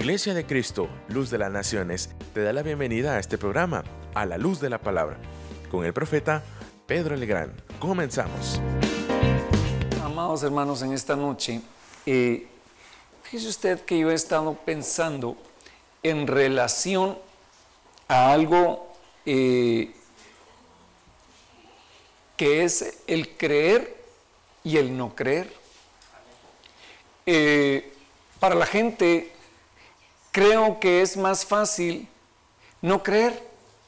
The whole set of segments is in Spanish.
Iglesia de Cristo, Luz de las Naciones, te da la bienvenida a este programa, A la Luz de la Palabra, con el profeta Pedro Legrand. Comenzamos. Amados hermanos, en esta noche, fíjese usted que yo he estado pensando en relación a algo que es el creer y el no creer. Para la gente, creo que es más fácil no creer.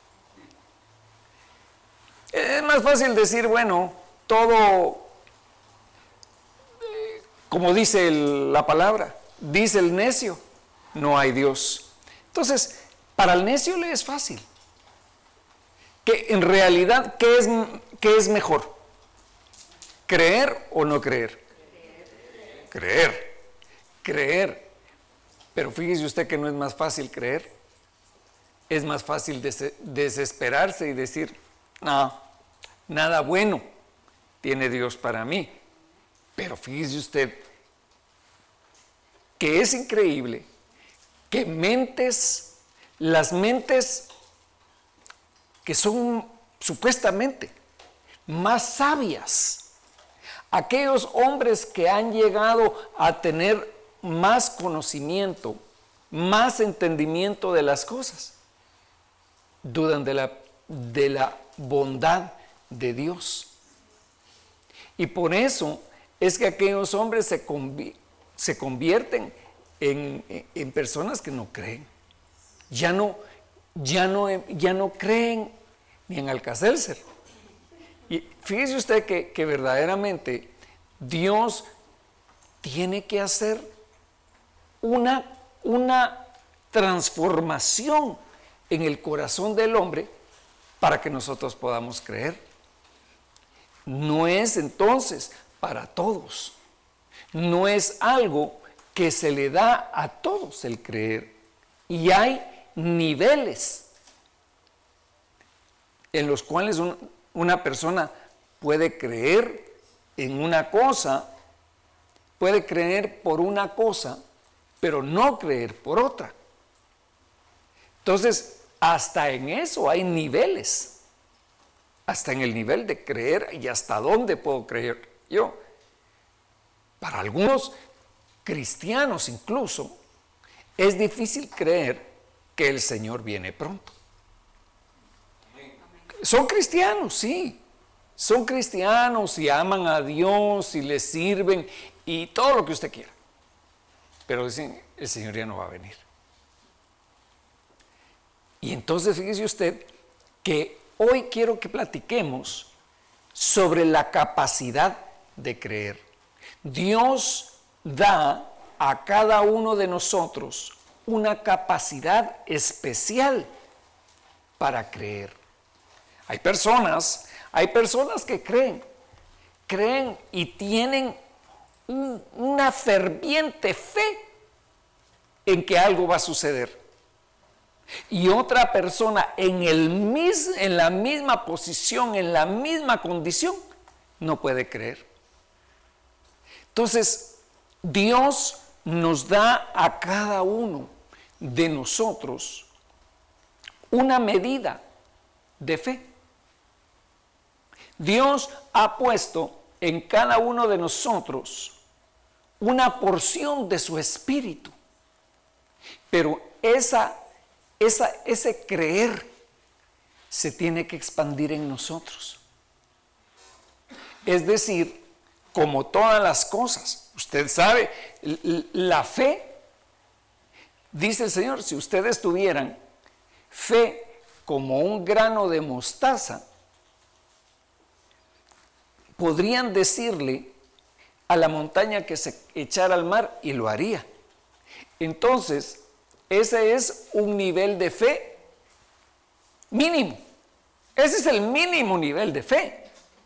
Es más fácil decir, bueno, todo, como dice la palabra, dice el necio, no hay Dios. Entonces, para el necio le es fácil. Que en realidad, ¿qué es mejor? ¿Creer o no creer? Creer. Pero fíjese usted que no es más fácil creer. Es más fácil desesperarse y decir, no, nada bueno tiene Dios para mí. Pero fíjese usted que es increíble que las mentes que son supuestamente más sabias, aquellos hombres que han llegado a tener más conocimiento, más entendimiento de las cosas, dudan de la bondad de Dios. Y por eso es que aquellos hombres se convierten en personas que no creen. Ya no creen ni en Alcacelser. Y fíjese usted que verdaderamente Dios tiene que hacer una transformación en el corazón del hombre para que nosotros podamos creer. No es entonces para todos. No es algo que se le da a todos el creer. Y hay niveles en los cuales una persona puede creer en una cosa, puede creer por una cosa, pero no creer por otra. Entonces, hasta en eso hay niveles. Hasta en el nivel de creer y hasta dónde puedo creer yo. Para algunos cristianos incluso, es difícil creer que el Señor viene pronto. Son cristianos, sí. Son cristianos y aman a Dios y le sirven y todo lo que usted quiera. Pero dicen, el Señor ya no va a venir. Y entonces fíjese usted que hoy quiero que platiquemos sobre la capacidad de creer. Dios da a cada uno de nosotros una capacidad especial para creer. Hay personas que creen y tienen una ferviente fe en que algo va a suceder. Y otra persona en la misma posición, en la misma condición, no puede creer. Entonces, Dios nos da a cada uno de nosotros una medida de fe. Dios ha puesto en cada uno de nosotros una porción de su espíritu, pero ese creer se tiene que expandir en nosotros. Es decir, como todas las cosas, usted sabe, la fe, dice el Señor, si ustedes tuvieran fe como un grano de mostaza, podrían decirle a la montaña que se echara al mar y lo haría. Entonces, ese es un nivel de fe mínimo. Ese es el mínimo nivel de fe.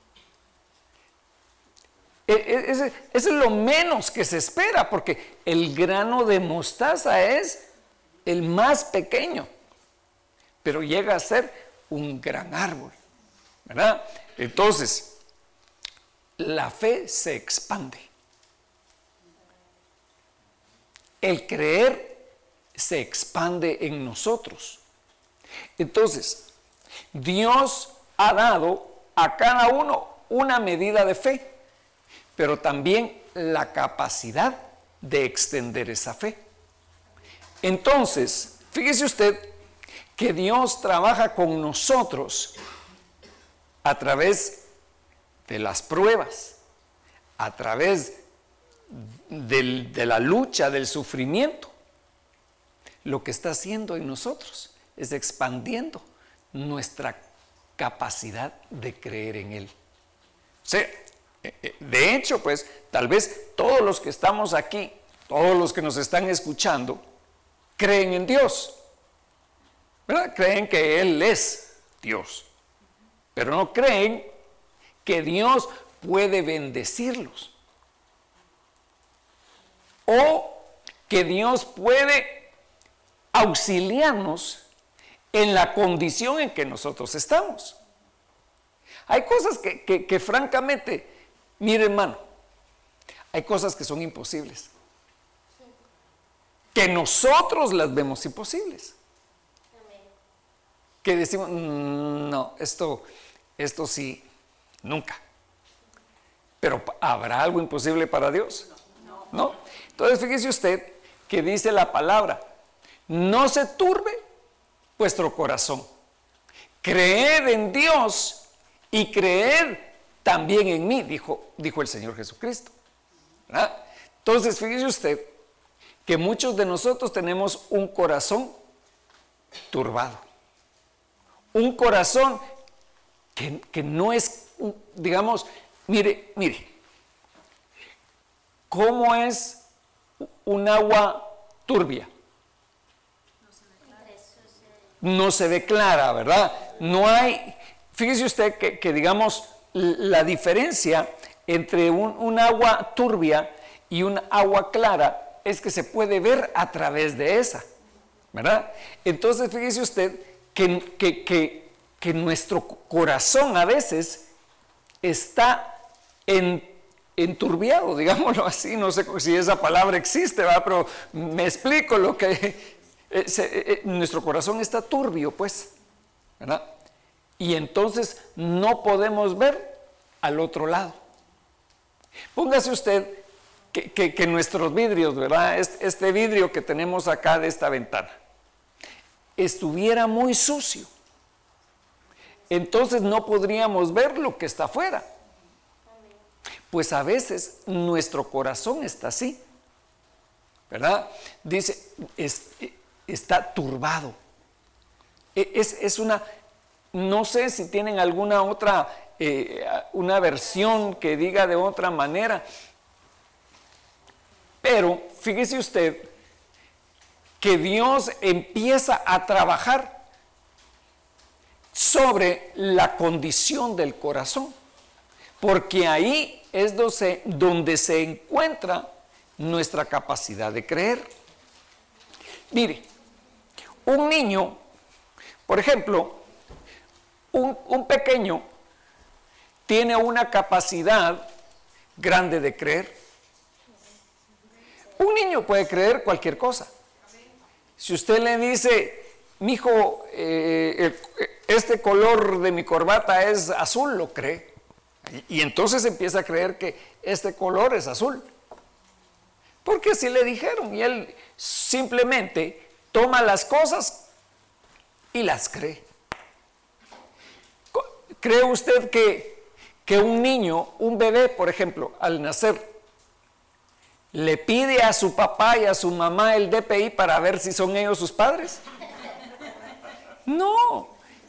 Ese es lo menos que se espera, porque el grano de mostaza es el más pequeño, pero llega a ser un gran árbol, ¿verdad? Entonces, la fe se expande. El creer se expande en nosotros. Entonces, Dios ha dado a cada uno una medida de fe, pero también la capacidad de extender esa fe. Entonces, fíjese usted que Dios trabaja con nosotros a través de las pruebas, a través de la lucha, del sufrimiento. Lo que está haciendo en nosotros es expandiendo nuestra capacidad de creer en Él. O sea, de hecho, pues, tal vez todos los que estamos aquí, todos los que nos están escuchando, creen en Dios, ¿verdad? Creen que Él es Dios, pero no creen que Dios puede bendecirlos o que Dios puede auxiliarnos en la condición en que nosotros estamos. Hay cosas que francamente, mire hermano, hay cosas que son imposibles, que nosotros las vemos imposibles, que decimos, no, esto sí, nunca. Pero ¿habrá algo imposible para Dios? No. Entonces fíjese usted que dice la palabra, no se turbe vuestro corazón, creed en Dios y creed también en mí, dijo el Señor Jesucristo, ¿verdad? Entonces fíjese usted que muchos de nosotros tenemos un corazón turbado, un corazón que no es, digamos, mire, ¿cómo es un agua turbia? No se ve clara, ¿verdad? No hay, fíjese usted que digamos, la diferencia entre un agua turbia y un agua clara es que se puede ver a través de esa, ¿verdad? Entonces fíjese usted que nuestro corazón a veces está enturbiado, digámoslo así, no sé si esa palabra existe, ¿verdad? Pero me explico lo que nuestro corazón está turbio, pues, ¿verdad? Y entonces no podemos ver al otro lado. Póngase usted que nuestros vidrios, ¿verdad? Este vidrio que tenemos acá de esta ventana estuviera muy sucio, entonces no podríamos ver lo que está afuera. Pues a veces nuestro corazón está así, ¿verdad? Dice, está turbado. Es una, no sé si tienen alguna otra, una versión que diga de otra manera, pero fíjese usted que Dios empieza a trabajar sobre la condición del corazón, porque ahí es donde se encuentra nuestra capacidad de creer. Mire, un niño, por ejemplo, un pequeño tiene una capacidad grande de creer. Un niño puede creer cualquier cosa. Si usted le dice, mijo, este color de mi corbata es azul, lo cree. Y entonces empieza a creer que este color es azul. Porque así le dijeron y él simplemente toma las cosas y las cree. ¿Cree usted que un niño, un bebé, por ejemplo, al nacer, le pide a su papá y a su mamá el DPI para ver si son ellos sus padres? No.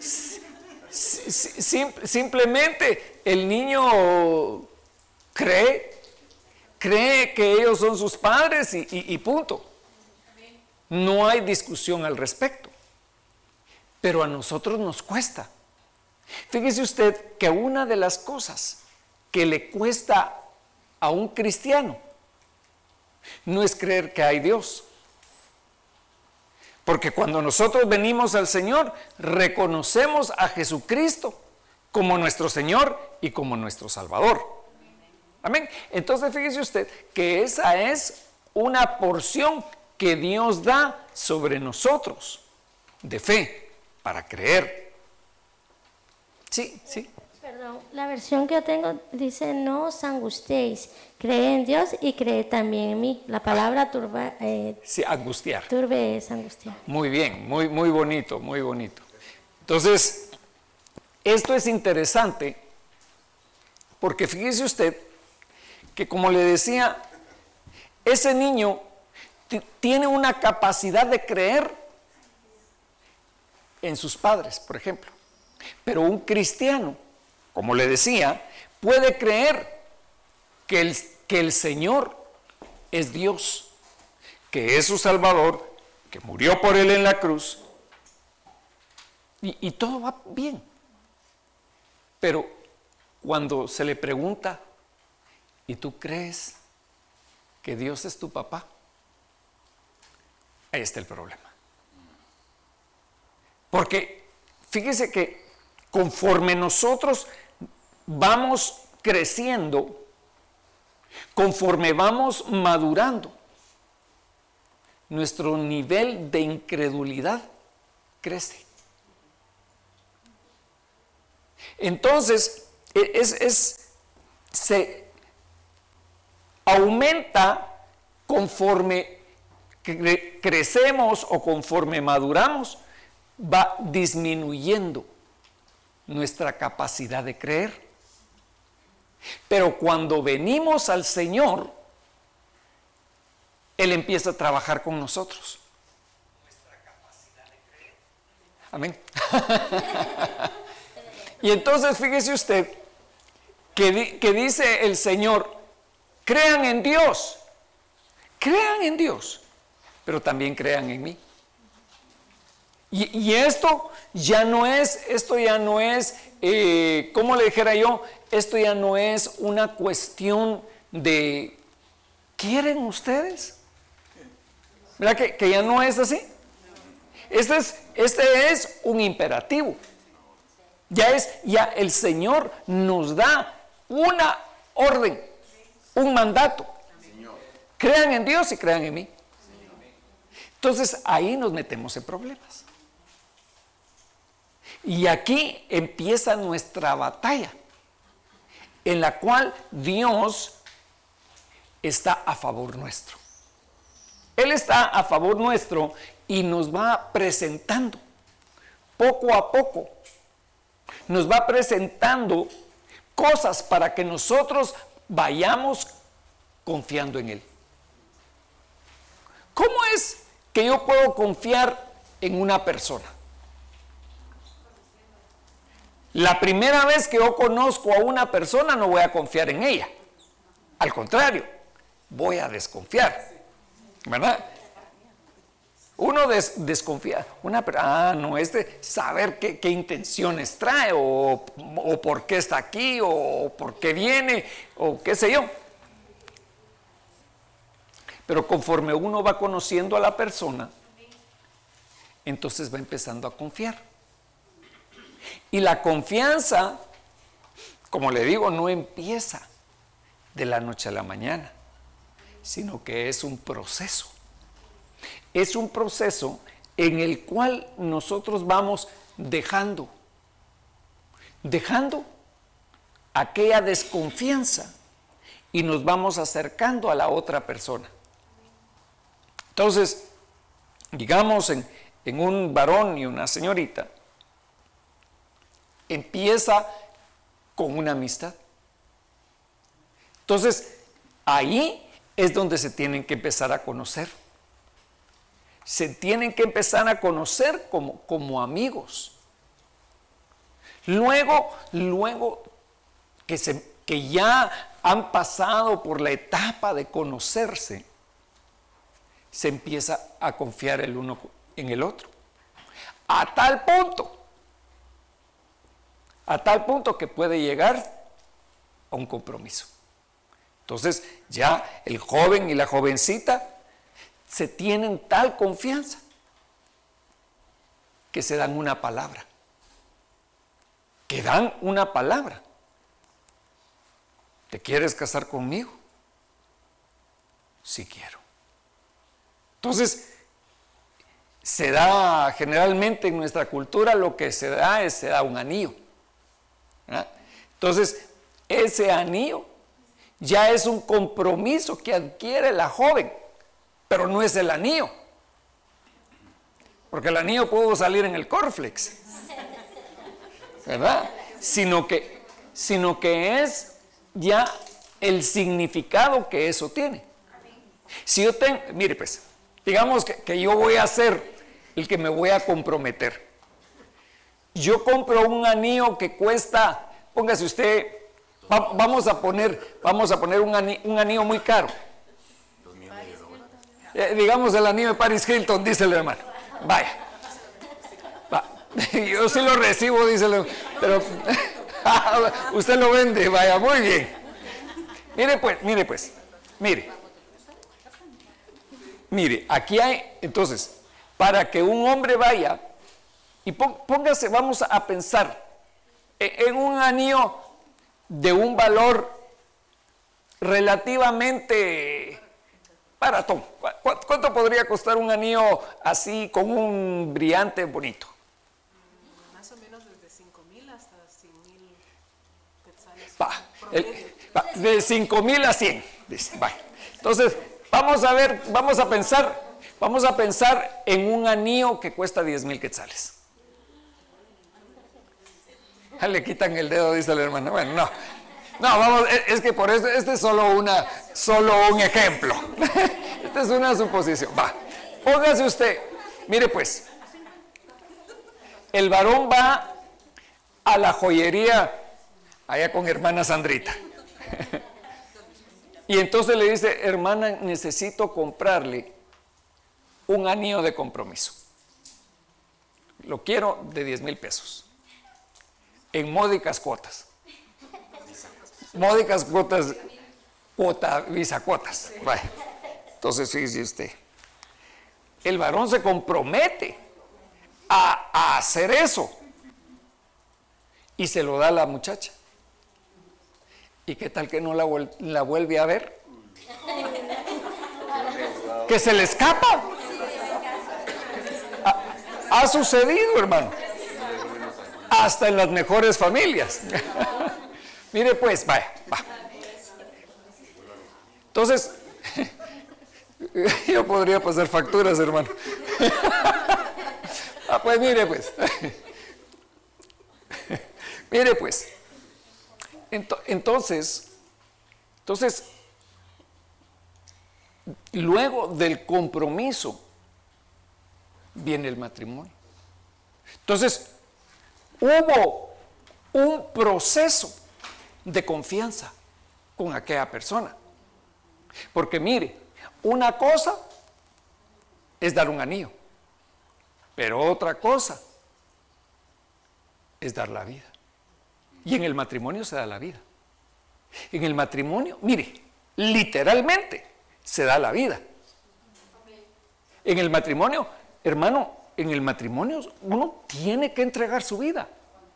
Simplemente el niño cree que ellos son sus padres y punto. No hay discusión al respecto. Pero a nosotros nos cuesta. Fíjese usted que una de las cosas que le cuesta a un cristiano no es creer que hay Dios. Porque cuando nosotros venimos al Señor, reconocemos a Jesucristo como nuestro Señor y como nuestro Salvador. Amén. Entonces fíjese usted que esa es una porción que Dios da sobre nosotros de fe para creer. Sí, sí. Perdón, la versión que yo tengo dice: no os angustiéis, cree en Dios y cree también en mí. La palabra Sí, angustiar. turbe es angustiar. Muy bien, muy, muy bonito, muy bonito. Entonces, esto es interesante porque fíjese usted que, como le decía, ese niño tiene una capacidad de creer en sus padres, por ejemplo. Pero un cristiano, como le decía, puede creer que el Señor es Dios, que es su Salvador, que murió por él en la cruz, y todo va bien. Pero cuando se le pregunta, ¿y tú crees que Dios es tu papá? Ahí está el problema. Porque fíjese que conforme nosotros vamos creciendo, conforme vamos madurando, nuestro nivel de incredulidad crece. Entonces, se aumenta conforme crecemos o conforme maduramos, va disminuyendo nuestra capacidad de creer. Pero cuando venimos al Señor, Él empieza a trabajar con nosotros. Amén. Y entonces fíjese usted que dice el Señor: crean en Dios, pero también crean en mí. Y esto ya no es, ¿cómo le dijera yo? Esto ya no es una cuestión de ¿quieren ustedes? ¿Verdad que ya no es así? Este es un imperativo. Ya el Señor nos da una orden, un mandato. Crean en Dios y crean en mí. Entonces ahí nos metemos en problemas. Y aquí empieza nuestra batalla, en la cual Dios está a favor nuestro. Él está a favor nuestro y nos va presentando poco a poco. Nos va presentando cosas para que nosotros vayamos confiando en Él. ¿Cómo es que yo puedo confiar en una persona? La primera vez que yo conozco a una persona no voy a confiar en ella. Al contrario, voy a desconfiar. ¿Verdad? Uno desconfía. No es de saber qué intenciones trae o por qué está aquí o por qué viene o qué sé yo. Pero conforme uno va conociendo a la persona, entonces va empezando a confiar. Y la confianza, como le digo, no empieza de la noche a la mañana, sino que es un proceso. Es un proceso en el cual nosotros vamos dejando aquella desconfianza y nos vamos acercando a la otra persona. Entonces, digamos en un varón y una señorita, empieza con una amistad. Entonces, ahí es donde se tienen que empezar a conocer. Se tienen que empezar a conocer como amigos. Luego que ya han pasado por la etapa de conocerse, se empieza a confiar el uno en el otro. A tal punto que puede llegar a un compromiso. Entonces ya el joven y la jovencita se tienen tal confianza que se dan una palabra. ¿Te quieres casar conmigo? Sí quiero. Entonces, se da generalmente en nuestra cultura, lo que se da un anillo, ¿verdad? Entonces, ese anillo ya es un compromiso que adquiere la joven, pero no es el anillo, porque el anillo pudo salir en el cornflakes, ¿verdad? Sino que es ya el significado que eso tiene. Si yo tengo, mire pues, digamos que yo voy a ser el que me voy a comprometer. Yo compro un anillo que cuesta, póngase usted, vamos a poner un anillo muy caro. Digamos el anillo de Paris Hilton, dice el hermano. Vaya. Yo sí lo recibo, dice el hermano, pero usted lo vende, vaya, muy bien. Mire, aquí hay, entonces, para que un hombre vaya, y póngase, vamos a pensar en un anillo de un valor relativamente barato. ¿Cuánto podría costar un anillo así con un brillante bonito? Más o menos desde 5,000 hasta 100,000 quetzales. De 5,000 a 100. Dice, vaya. Entonces, vamos a pensar en un anillo que cuesta 10,000 quetzales. Le quitan el dedo, dice el hermano. Bueno, no, vamos, es que por eso, este es solo un ejemplo. Esta es una suposición. Va, póngase usted, mire pues, el varón va a la joyería allá con hermana Sandrita. Y entonces le dice, hermana, necesito comprarle un anillo de compromiso. Lo quiero de 10,000 pesos. En módicas cuotas. Módicas cuotas, visa cuotas. Vaya. Entonces, fíjese usted. El varón se compromete a hacer eso. Y se lo da a la muchacha. ¿Y qué tal que no la vuelve a ver? Que se le escapa. Ha sucedido, hermano. Hasta en las mejores familias. Mire pues, va. Entonces, yo podría pasar facturas, hermano. Pues mire pues. Mire pues. Entonces, luego del compromiso viene el matrimonio. Entonces, hubo un proceso de confianza con aquella persona. Porque mire, una cosa es dar un anillo, pero otra cosa es dar la vida. Y en el matrimonio se da la vida. En el matrimonio, mire, literalmente se da la vida. En el matrimonio, hermano, en el matrimonio uno tiene que entregar su vida.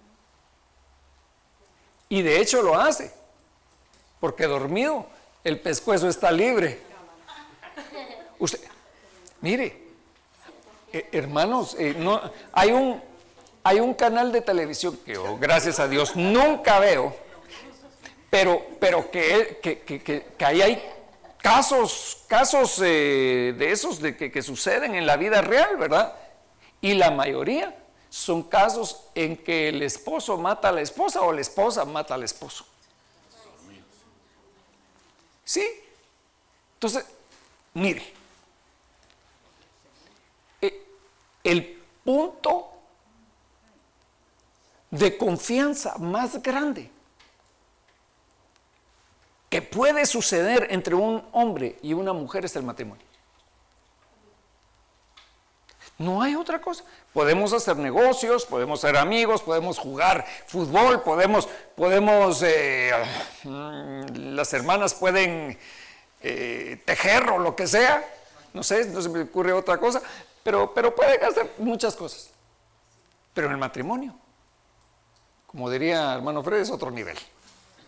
Y de hecho lo hace. Porque dormido el pescuezo está libre. Usted, mire, hermanos, no, hay un canal de televisión que yo, gracias a Dios, nunca veo, pero que ahí hay casos de esos que suceden en la vida real, ¿verdad? Y la mayoría son casos en que el esposo mata a la esposa o la esposa mata al esposo. ¿Sí? Entonces, mire, el punto de confianza más grande que puede suceder entre un hombre y una mujer es el matrimonio. No hay otra cosa. Podemos hacer negocios, podemos ser amigos, podemos jugar fútbol, las hermanas pueden tejer o lo que sea. No sé, no se me ocurre otra cosa, pero pueden hacer muchas cosas. Pero en el matrimonio, como diría hermano Fred, es otro nivel.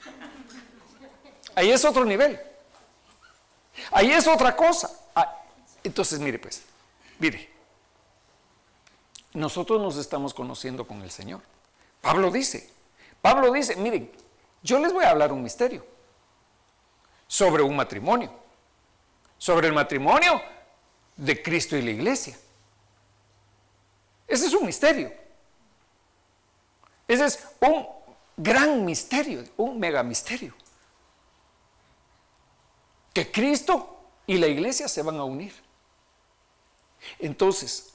Ahí es otro nivel. Ahí es otra cosa. Entonces, mire, nosotros nos estamos conociendo con el Señor. Pablo dice, miren, yo les voy a hablar un misterio sobre un matrimonio, sobre el matrimonio de Cristo y la iglesia. Ese es un misterio. Ese es un gran misterio, un mega misterio. Que Cristo y la iglesia se van a unir. Entonces,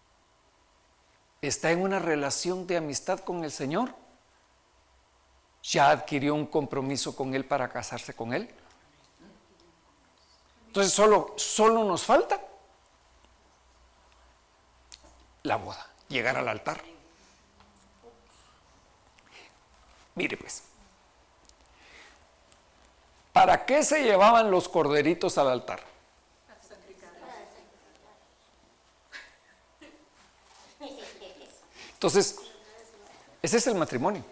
¿está en una relación de amistad con el Señor? ¿Ya adquirió un compromiso con Él para casarse con Él? Entonces, solo nos falta la boda, llegar al altar. Mire pues, ¿para qué se llevaban los corderitos al altar? Entonces, ese es el matrimonio.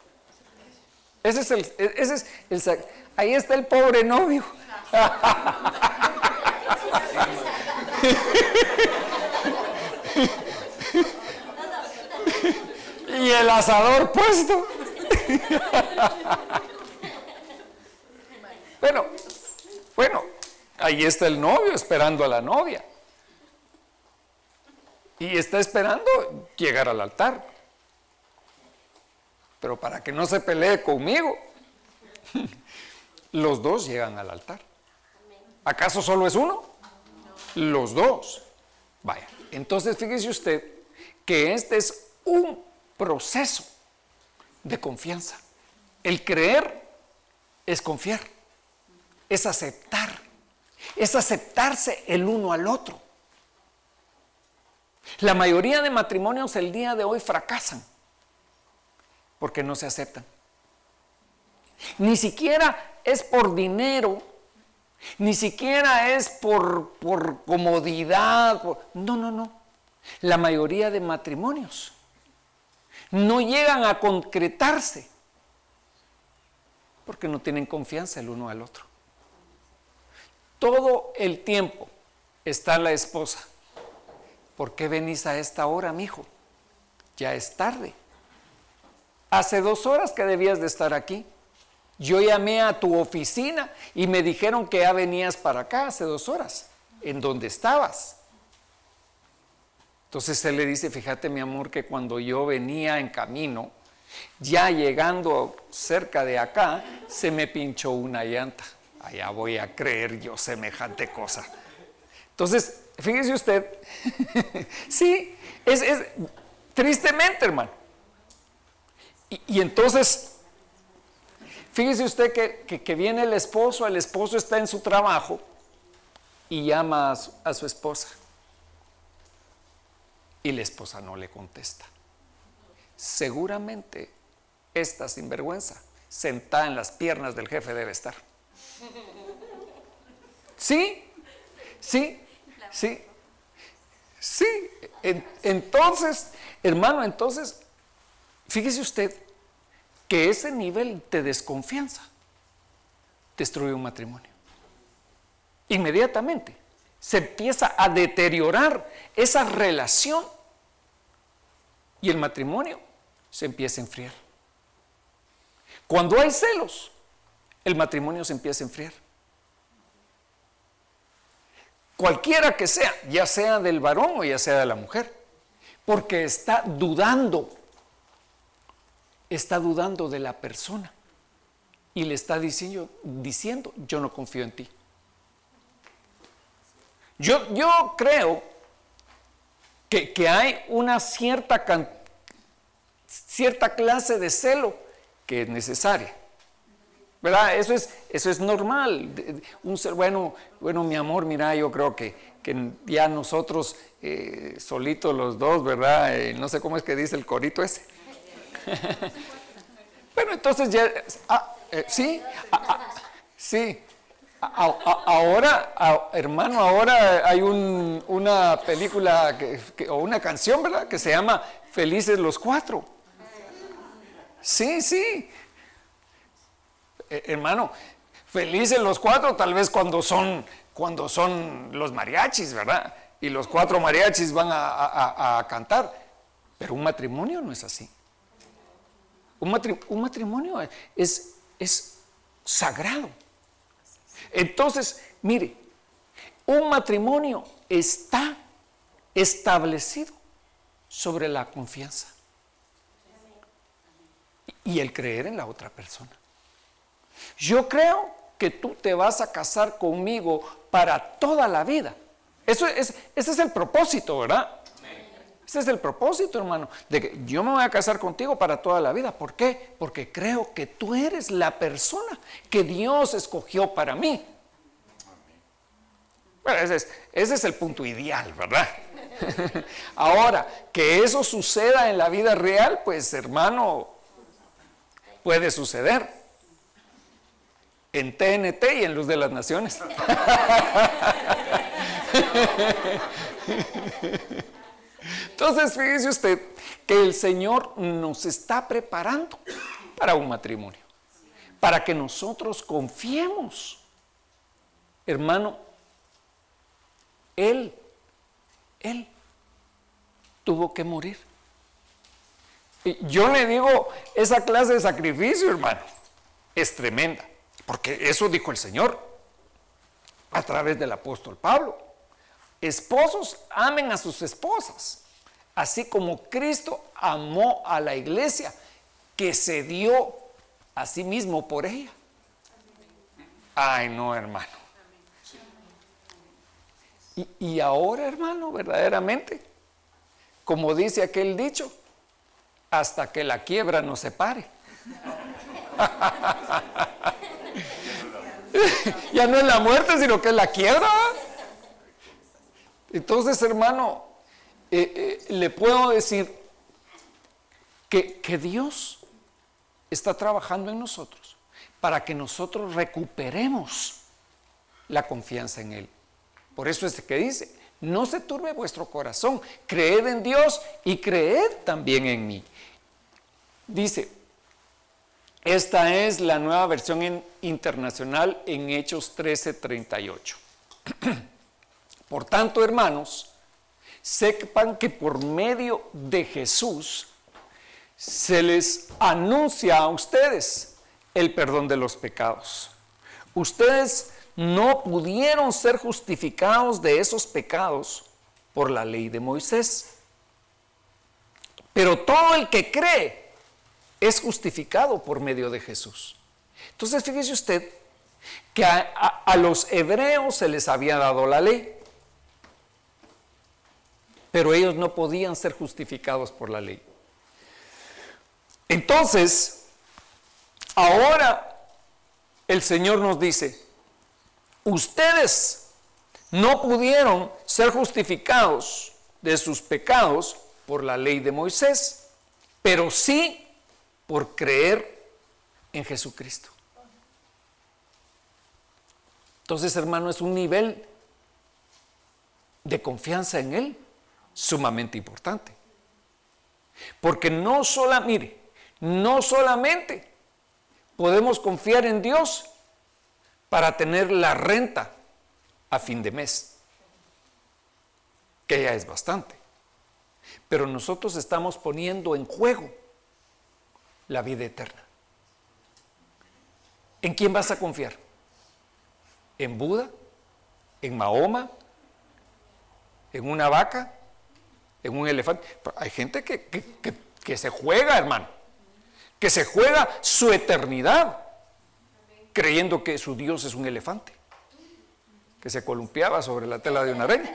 Ahí está el pobre novio. Y el asador puesto. Bueno, ahí está el novio esperando a la novia. Y está esperando llegar al altar. Pero para que no se pelee conmigo, los dos llegan al altar. ¿Acaso solo es uno? Los dos. Vaya, entonces fíjese usted que este es un proceso de confianza. El creer es confiar, es aceptarse el uno al otro. La mayoría de matrimonios el día de hoy fracasan porque no se aceptan. Ni siquiera es por dinero, ni siquiera es por comodidad. No. La mayoría de matrimonios no llegan a concretarse porque no tienen confianza el uno al otro. Todo el tiempo está la esposa. ¿Por qué venís a esta hora, mijo? Ya es tarde. Hace 2 horas que debías de estar aquí. Yo llamé a tu oficina y me dijeron que ya venías para acá hace 2 horas. ¿En dónde estabas? Entonces él le dice, fíjate mi amor, que cuando yo venía en camino, ya llegando cerca de acá, se me pinchó una llanta. Allá voy a creer yo semejante cosa. Entonces, fíjese usted, sí, es tristemente, hermano. Y entonces, fíjese usted que viene el esposo está en su trabajo y llama a su esposa. Y la esposa no le contesta. Seguramente esta sinvergüenza sentada en las piernas del jefe debe estar. Sí. Entonces, hermano, fíjese usted que ese nivel de desconfianza destruye un matrimonio. Inmediatamente se empieza a deteriorar esa relación y el matrimonio se empieza a enfriar. Cuando hay celos, el matrimonio se empieza a enfriar. Cualquiera que sea, ya sea del varón o ya sea de la mujer, porque está dudando de la persona y le está diciendo, yo no confío en ti. Yo creo que hay una cierta clase de celo que es necesaria, ¿verdad? Eso es normal. Bueno, mi amor, mira, yo creo que ya nosotros solitos los dos, ¿verdad? No sé cómo es que dice el corito ese. Bueno, entonces ya, sí. Ahora, hermano, ahora hay una película o una canción, ¿verdad? Que se llama Felices los Cuatro. Sí. Hermano, felices los cuatro, tal vez cuando son cuando son los mariachis, ¿verdad? Y los 4 mariachis van a cantar. Pero un matrimonio no es así. Un matrimonio es sagrado. Entonces, mire, un matrimonio está establecido sobre la confianza y el creer en la otra persona. Yo creo que tú te vas a casar conmigo para toda la vida. Ese es el propósito, ¿verdad? Ese es el propósito, hermano, de que yo me voy a casar contigo para toda la vida. ¿Por qué? Porque creo que tú eres la persona que Dios escogió para mí. Bueno, ese es el punto ideal, ¿verdad? Ahora, que eso suceda en la vida real, pues, hermano, puede suceder. En TNT y en Luz de las Naciones. Entonces, fíjese usted que el Señor nos está preparando para un matrimonio, para que nosotros confiemos. Hermano, Él tuvo que morir. Y yo le digo, esa clase de sacrificio, hermano, es tremenda, porque eso dijo el Señor a través del apóstol Pablo. Esposos, amen a sus esposas, así como Cristo amó a la iglesia, que se dio a sí mismo por ella. Ay, no, hermano. Y ahora, hermano, verdaderamente, como dice aquel dicho, hasta que la quiebra nos separe. Ya no es la muerte, sino que es la quiebra. Entonces, hermano, le puedo decir que Dios está trabajando en nosotros para que nosotros recuperemos la confianza en Él. Por eso es que dice, no se turbe vuestro corazón, creed en Dios y creed también en mí. Dice, esta es la nueva versión internacional en Hechos 13:38. Por tanto, hermanos, sepan que por medio de Jesús se les anuncia a ustedes el perdón de los pecados. Ustedes no pudieron ser justificados de esos pecados por la ley de Moisés. Pero todo el que cree es justificado por medio de Jesús. Entonces, fíjese usted que a los hebreos se les había dado la ley, pero ellos no podían ser justificados por la ley. Entonces, ahora el Señor nos dice, ustedes no pudieron ser justificados de sus pecados por la ley de Moisés, pero sí por creer en Jesucristo. Entonces, hermano, es un nivel de confianza en Él sumamente importante. Porque no solamente podemos confiar en Dios para tener la renta a fin de mes, que ya es bastante, pero nosotros estamos poniendo en juego la vida eterna. ¿En quién vas a confiar? ¿En Buda? ¿En Mahoma? ¿En una vaca? ¿En un elefante? Hay gente que se juega, hermano, que se juega su eternidad creyendo que su Dios es un elefante que se columpiaba sobre la tela de una araña.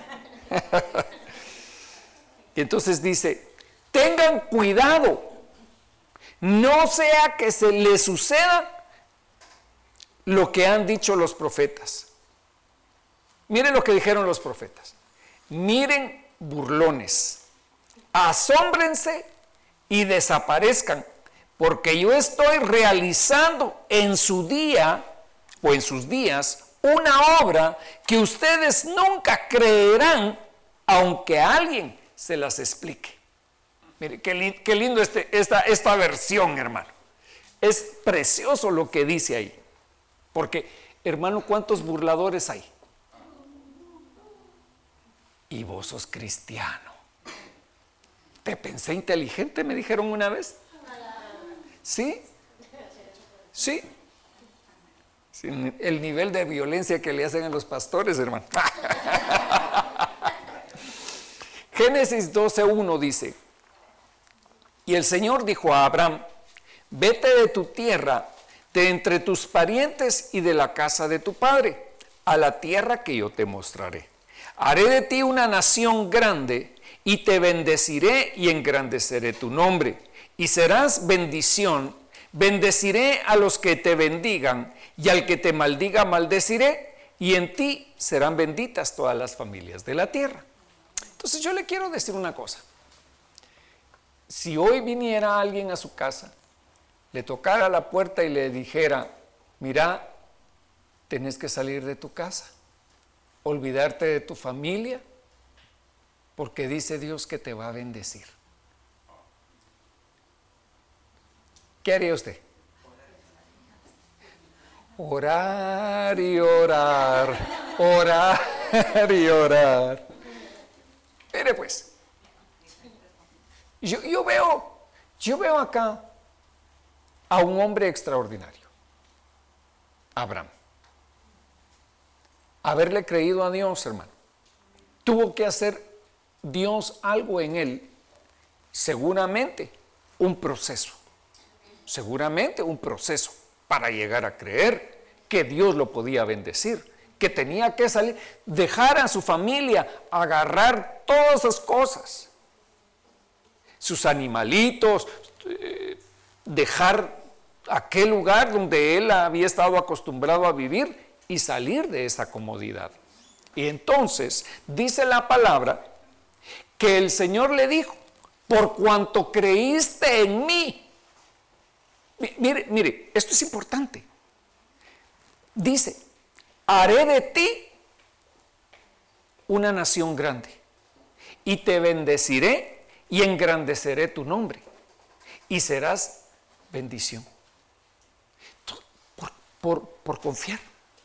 Y entonces dice, tengan cuidado, no sea que se les suceda lo que han dicho los profetas. Miren lo que dijeron los profetas. Miren, burlones, asómbrense y desaparezcan, porque yo estoy realizando en su día o en sus días una obra que ustedes nunca creerán, aunque alguien se las explique. Mire, qué lindo esta versión, hermano. Es precioso lo que dice ahí. Porque, hermano, ¿cuántos burladores hay? y vos sos cristiano. Te pensé inteligente, me dijeron una vez. ¿Sí? Sí. Sí, el nivel de violencia que le hacen a los pastores, hermano. Génesis 12:1 dice: y el Señor dijo a Abraham: vete de tu tierra, de entre tus parientes y de la casa de tu padre, a la tierra que yo te mostraré. Haré de ti una nación grande, y te bendeciré y engrandeceré tu nombre, y serás bendición. Bendeciré a los que te bendigan, y al que te maldiga maldeciré, y en ti serán benditas todas las familias de la tierra. Entonces yo le quiero decir una cosa. Si hoy viniera alguien a su casa, le tocara la puerta y le dijera: mira, tenés que salir de tu casa, olvidarte de tu familia, porque dice Dios que te va a bendecir, ¿qué haría usted? Orar y orar, orar y orar. Mire pues, yo veo acá a un hombre extraordinario, Abraham. Haberle creído a Dios, hermano. Tuvo que hacer Dios algo en él, seguramente un proceso para llegar a creer que Dios lo podía bendecir, que tenía que salir, dejar a su familia, agarrar todas esas cosas, sus animalitos, dejar aquel lugar donde él había estado acostumbrado a vivir y salir de esa comodidad. Y entonces dice la palabra que el Señor le dijo: por cuanto creíste en mí. Mire, esto es importante. Dice: haré de ti una nación grande, y te bendeciré y engrandeceré tu nombre, y serás bendición. Por confiar.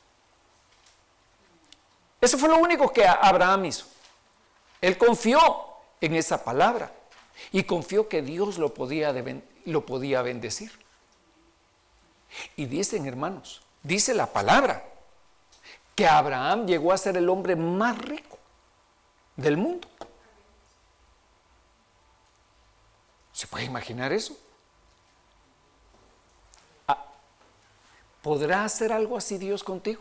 Eso fue lo único que Abraham hizo. Él confió en esa palabra y confió que Dios lo podía bendecir. Y dicen, hermanos, dice la palabra que Abraham llegó a ser el hombre más rico del mundo. ¿Se puede imaginar eso? ¿Podrá hacer algo así Dios contigo?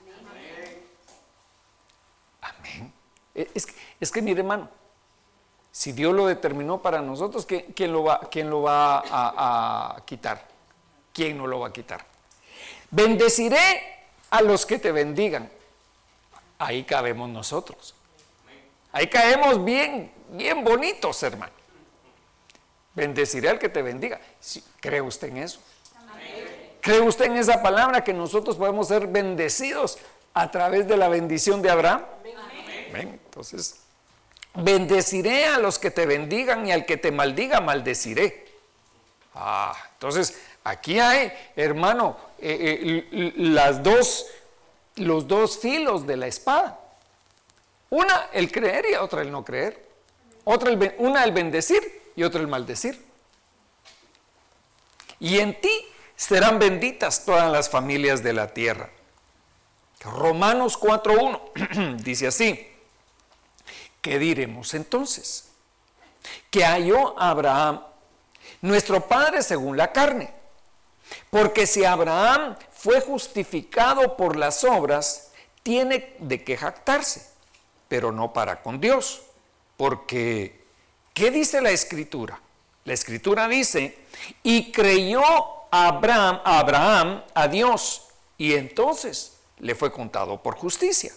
Amén. Es que mire, hermano, si Dios lo determinó para nosotros, ¿quién lo va a quitar? ¿Quién no lo va a quitar? Bendeciré a los que te bendigan. Ahí cabemos nosotros. Ahí caemos bien bonitos, hermano. Bendeciré al que te bendiga. ¿Cree usted en eso? ¿Cree usted en esa palabra que nosotros podemos ser bendecidos a través de la bendición de Abraham? Amén. Entonces, bendeciré a los que te bendigan y al que te maldiga maldeciré. Entonces, aquí hay, hermano, los dos filos de la espada. Una el creer y otra el no creer. Una el bendecir y otra el maldecir. Y en ti serán benditas todas las familias de la tierra. Romanos 4:1 dice así: ¿qué diremos entonces? Que halló a Abraham, nuestro padre según la carne. Porque si Abraham fue justificado por las obras, tiene de qué jactarse, pero no para con Dios. Porque, ¿qué dice la Escritura? La Escritura dice: y creyó Abraham a Dios, y entonces le fue contado por justicia.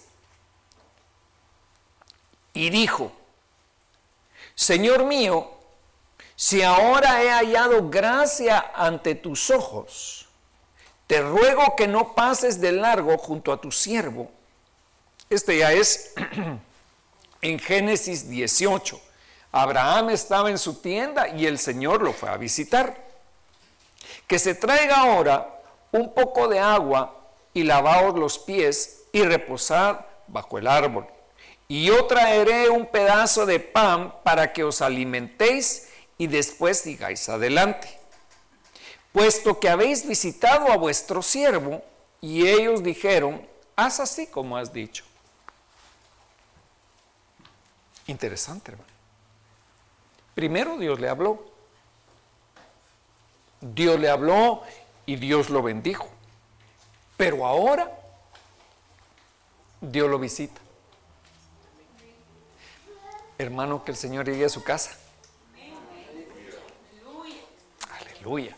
Y dijo: Señor mío, si ahora he hallado gracia ante tus ojos, te ruego que no pases de largo junto a tu siervo. Este ya es en Génesis 18. Abraham estaba en su tienda y el Señor lo fue a visitar. Que se traiga ahora un poco de agua y lavaos los pies y reposad bajo el árbol. y yo traeré un pedazo de pan para que os alimentéis y después sigáis adelante. Puesto que habéis visitado a vuestro siervo, y ellos dijeron, haz así como has dicho. Interesante, hermano. Primero Dios le habló. Dios le habló y Dios lo bendijo. Pero ahora Dios lo visita. Hermano, que el Señor llegue a su casa. Aleluya.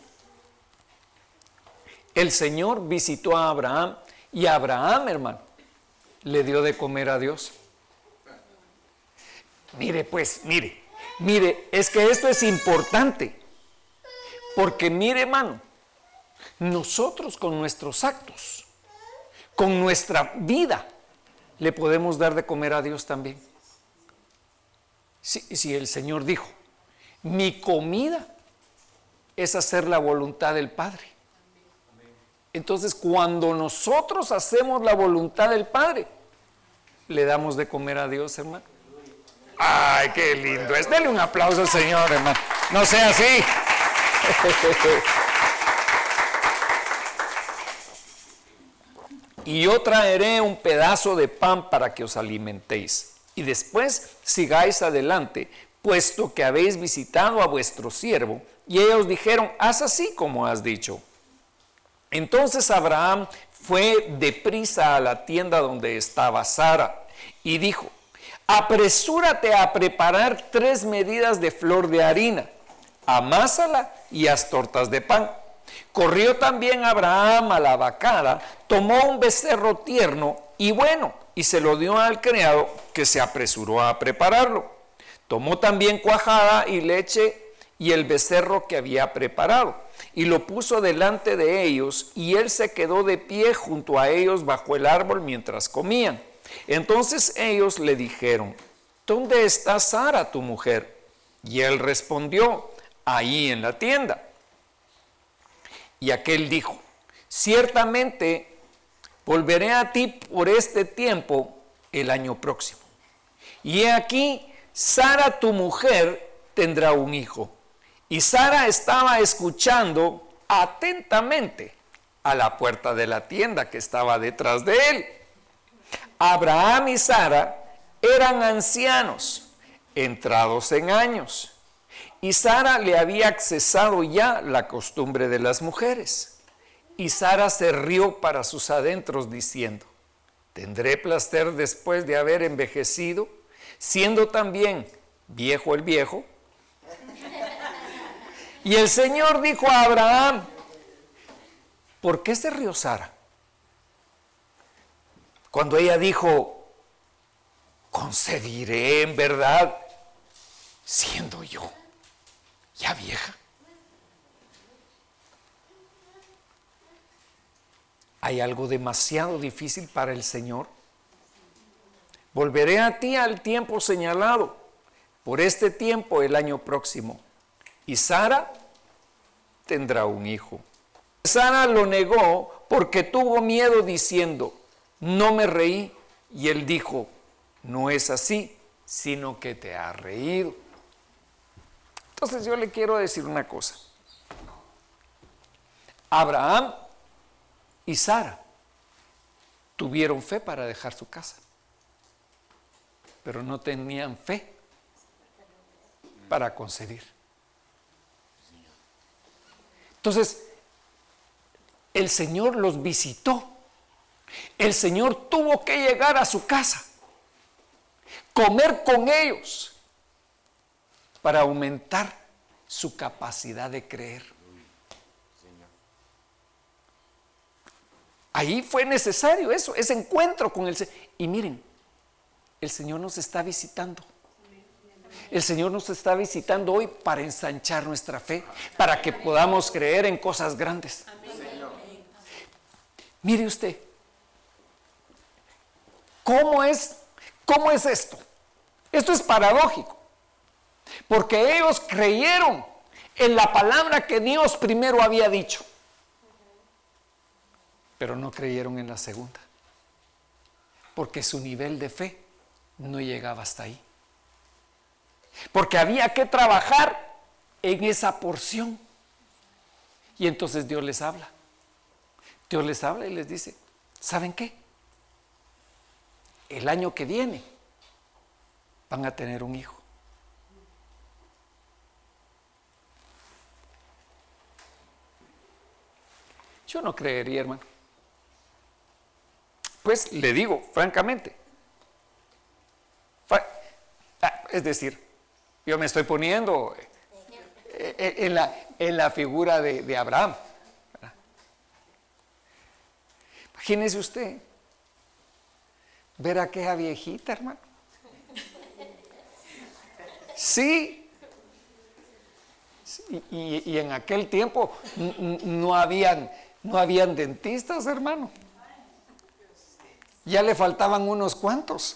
El Señor visitó a Abraham y Abraham, hermano, le dio de comer a Dios. Mire, pues, mire, es que esto es importante. Porque mire, hermano, nosotros con nuestros actos, con nuestra vida, le podemos dar de comer a Dios también. Si el Señor dijo, mi comida es hacer la voluntad del Padre. Entonces, cuando nosotros hacemos la voluntad del Padre, le damos de comer a Dios, hermano. ¡Ay, qué lindo es! Dele un aplauso al Señor, hermano. No sea así. Y yo traeré un pedazo de pan para que os alimentéis. Y después sigáis adelante, puesto que habéis visitado a vuestro siervo. Y ellos dijeron, haz así como has dicho. Entonces Abraham fue deprisa a la tienda donde estaba Sara y dijo, apresúrate a preparar 3 medidas de flor de harina, amásala y haz tortas de pan. Corrió también Abraham a la vacada, tomó un becerro tierno y bueno, y se lo dio al criado que se apresuró a prepararlo. Tomó también cuajada y leche y el becerro que había preparado, y lo puso delante de ellos, y él se quedó de pie junto a ellos bajo el árbol mientras comían. Entonces ellos le dijeron, ¿dónde está Sara, tu mujer? Y él respondió, ahí en la tienda. Y aquel dijo, ciertamente volveré a ti por este tiempo el año próximo. Y he aquí, Sara, tu mujer, tendrá un hijo. Y Sara estaba escuchando atentamente a la puerta de la tienda que estaba detrás de él. Abraham y Sara eran ancianos, entrados en años, y Sara le había accesado ya la costumbre de las mujeres. Y Sara se rió para sus adentros diciendo, ¿tendré placer después de haber envejecido, siendo también viejo el viejo? Y el Señor dijo a Abraham, ¿por qué se rió Sara? Cuando ella dijo, concebiré en verdad, siendo yo ya vieja. ¿Hay algo demasiado difícil para el Señor? Volveré a ti al tiempo señalado, por este tiempo el año próximo. Y Sara tendrá un hijo. Sara lo negó porque tuvo miedo diciendo, no me reí. Y él dijo, no es así, sino que te has reído. Entonces yo le quiero decir una cosa. Abraham y Sara tuvieron fe para dejar su casa, pero no tenían fe para concebir. Entonces, el Señor los visitó. El Señor tuvo que llegar a su casa, comer con ellos, para aumentar su capacidad de creer. Ahí fue necesario eso, ese encuentro con el Señor. Y miren, el Señor nos está visitando. El Señor nos está visitando hoy para ensanchar nuestra fe, para que podamos creer en cosas grandes. Mire usted, ¿cómo es esto? Esto es paradójico, porque ellos creyeron en la palabra que Dios primero había dicho, pero no creyeron en la segunda, porque su nivel de fe no llegaba hasta ahí. Porque había que trabajar en esa porción. Y entonces Dios les habla. Dios les habla y les dice, ¿saben qué? El año que viene van a tener un hijo. Yo no creería, hermano. Pues le digo, francamente. Es decir, yo me estoy poniendo en la figura de Abraham. Imagínese usted ver a aquella viejita, hermano. Sí. Y en aquel tiempo no habían dentistas, hermano. Ya le faltaban unos cuantos.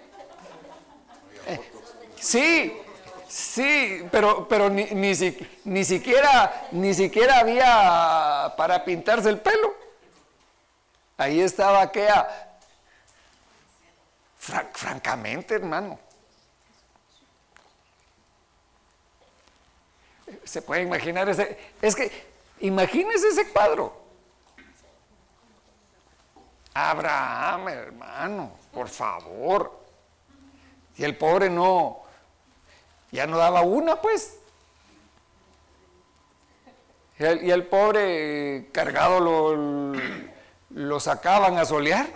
Sí, pero ni siquiera había para pintarse el pelo. Ahí estaba aquella. Francamente, hermano. Se puede imaginar imagínese ese cuadro. Abraham, hermano, por favor. Y el pobre ya no daba una, pues. Y el pobre cargado lo sacaban a solear.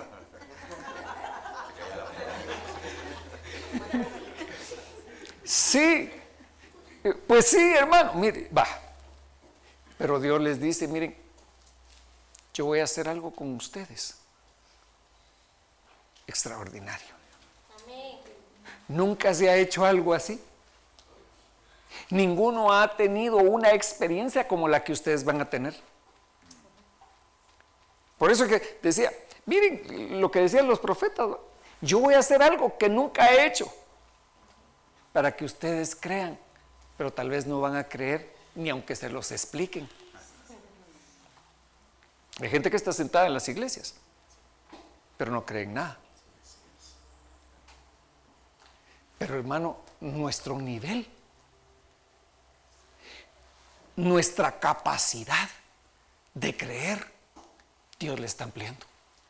Sí, pues sí, hermano, mire, va. Pero Dios les dice, miren, yo voy a hacer algo con ustedes. Extraordinario. Amén. Nunca se ha hecho algo así. Ninguno ha tenido una experiencia como la que ustedes van a tener. Por eso que decía, miren lo que decían los profetas, ¿no? Yo voy a hacer algo que nunca he hecho para que ustedes crean, pero tal vez no van a creer ni aunque se los expliquen. Hay gente que está sentada en las iglesias, pero no cree en nada. Pero hermano, nuestro nivel, nuestra capacidad de creer, Dios le está ampliando.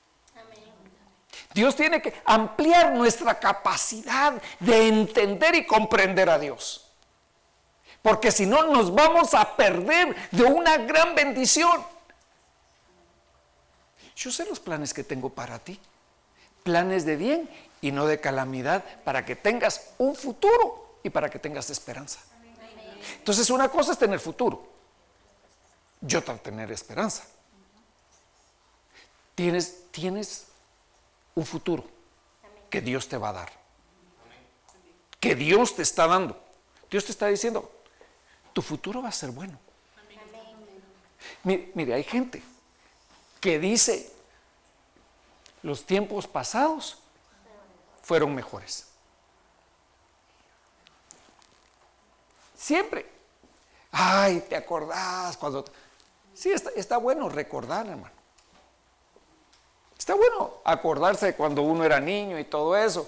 Dios tiene que ampliar nuestra capacidad de entender y comprender a Dios. Porque si no, nos vamos a perder de una gran bendición. Yo sé los planes que tengo para ti. Planes de bien y no de calamidad, para que tengas un futuro y para que tengas esperanza. Entonces, una cosa es tener futuro y otra tener esperanza. Tienes un futuro que Dios te va a dar, que Dios te está dando. Dios te está diciendo, tu futuro va a ser bueno. Mire, hay gente que dice, los tiempos pasados fueron mejores. Siempre. Ay, ¿te acordás cuando? Sí, está bueno recordar, hermano. Está bueno acordarse de cuando uno era niño y todo eso.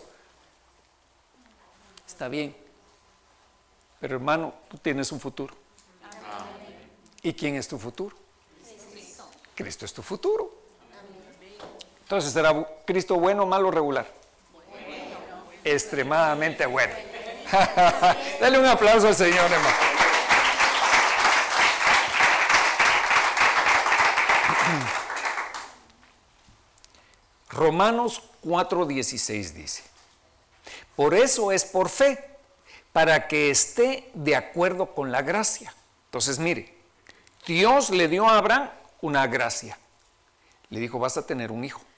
Está bien. Pero hermano, tú tienes un futuro. Amén. ¿Y quién es tu futuro? Cristo. Cristo es tu futuro. Amén. Entonces, ¿será Cristo bueno, malo o regular? Bueno. Extremadamente bueno. Dale un aplauso al Señor, hermano. Romanos 4:16 dice, por eso es por fe, para que esté de acuerdo con la gracia. Entonces mire, Dios le dio a Abraham una gracia. Le dijo, vas a tener un hijo.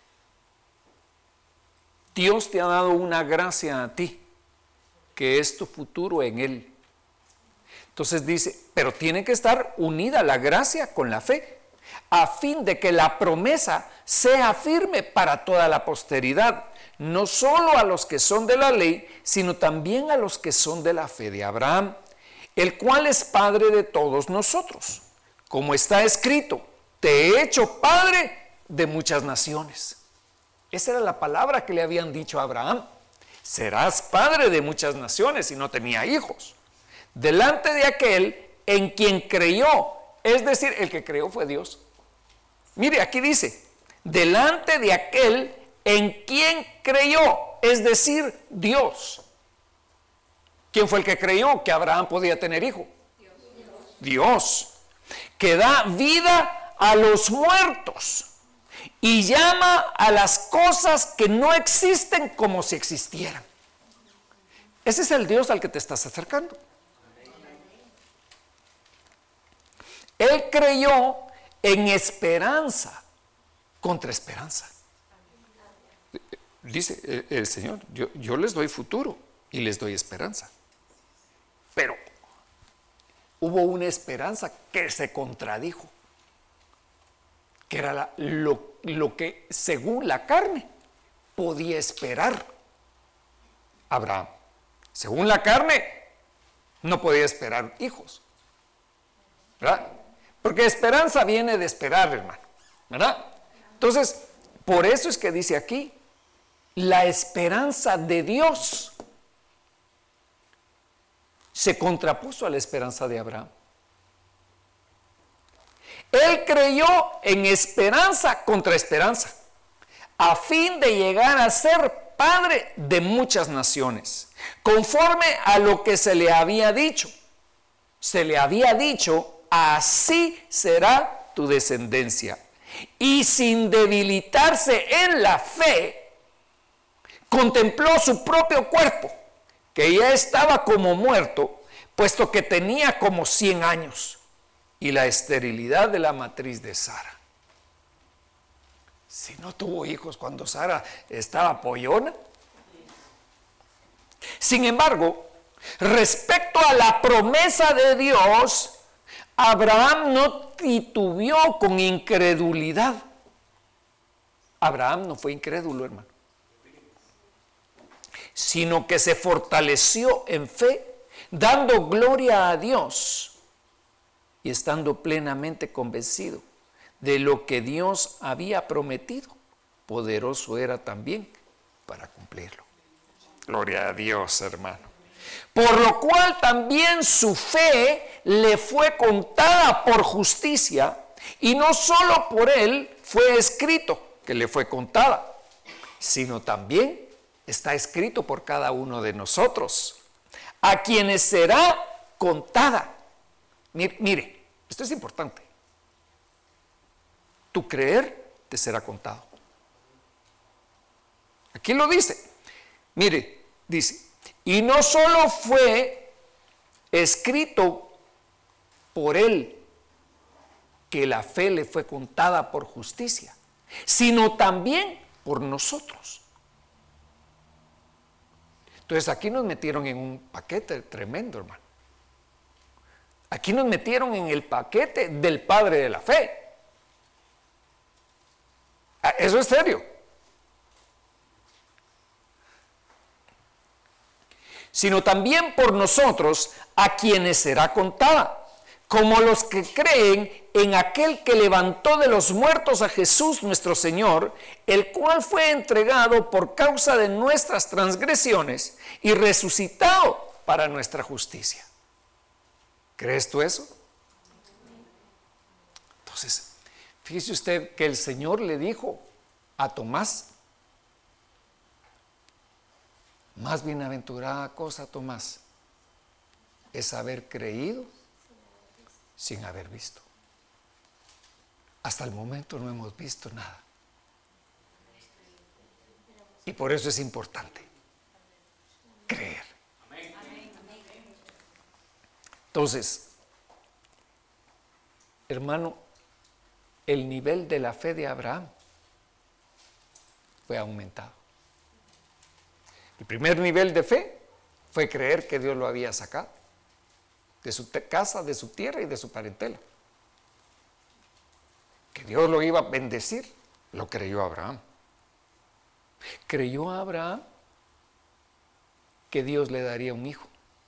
Dios te ha dado una gracia a ti, que es tu futuro en Él. Entonces dice, pero tiene que estar unida la gracia con la fe, a fin de que la promesa sea firme para toda la posteridad, no solo a los que son de la ley, sino también a los que son de la fe de Abraham, el cual es padre de todos nosotros. Como está escrito, te he hecho padre de muchas naciones. Esa era la palabra que le habían dicho a Abraham. serás padre de muchas naciones, y no tenía hijos. Delante de aquel en quien creyó, es decir, el que creyó fue Dios. Mire, aquí dice, delante de aquel en quien creyó, es decir, Dios. ¿Quién fue el que creyó que Abraham podía tener hijo? Dios, que da vida a los muertos y llama a las cosas que no existen como si existieran. Ese es el Dios al que te estás acercando. Él creyó en esperanza contra esperanza. Dice el Señor, yo les doy futuro y les doy esperanza. Pero hubo una esperanza que se contradijo, que era lo que según la carne podía esperar Abraham. Según la carne no podía esperar hijos, ¿verdad? Porque esperanza viene de esperar, hermano, ¿verdad? Entonces, por eso es que dice aquí, la esperanza de Dios se contrapuso a la esperanza de Abraham. Él creyó en esperanza contra esperanza, a fin de llegar a ser padre de muchas naciones, conforme a lo que se le había dicho. Se le había dicho, así será tu descendencia. Y sin debilitarse en la fe, contempló su propio cuerpo, que ya estaba como muerto, puesto que tenía como 100 años, y la esterilidad de la matriz de Sara. Si no tuvo hijos cuando Sara estaba pollona. Sin embargo, respecto a la promesa de Dios, Abraham no titubeó con incredulidad. Abraham no fue incrédulo, hermano, sino que se fortaleció en fe, dando gloria a Dios y estando plenamente convencido de lo que Dios había prometido. Poderoso era también para cumplirlo. Gloria a Dios, hermano. Por lo cual también su fe le fue contada por justicia, y no solo por él fue escrito que le fue contada, sino también está escrito por cada uno de nosotros, a quienes será contada. Mire, esto es importante. Tu creer te será contado. Aquí lo dice. Mire, dice, y no solo fue escrito por él que la fe le fue contada por justicia, sino también por nosotros. Entonces aquí nos metieron en un paquete tremendo, hermano. Aquí nos metieron en el paquete del padre de la fe. Eso es serio. Sino también por nosotros, a quienes será contada, como los que creen en aquel que levantó de los muertos a Jesús nuestro Señor, el cual fue entregado por causa de nuestras transgresiones y resucitado para nuestra justicia. ¿Crees tú eso? Entonces, fíjese usted que el Señor le dijo a Tomás, más bienaventurada cosa, Tomás, es haber creído sin haber visto. Hasta el momento no hemos visto nada. Y por eso es importante creer. Entonces, hermano, el nivel de la fe de Abraham fue aumentado. El primer nivel de fe fue creer que Dios lo había sacado de su casa, de su tierra y de su parentela. Que Dios lo iba a bendecir, lo creyó Abraham. Creyó Abraham que Dios le daría un hijo.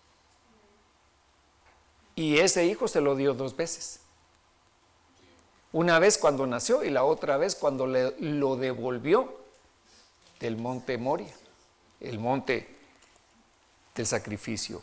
Y ese hijo se lo dio 2 veces. Una vez cuando nació y la otra vez cuando lo devolvió del monte Moria. el monte del sacrificio.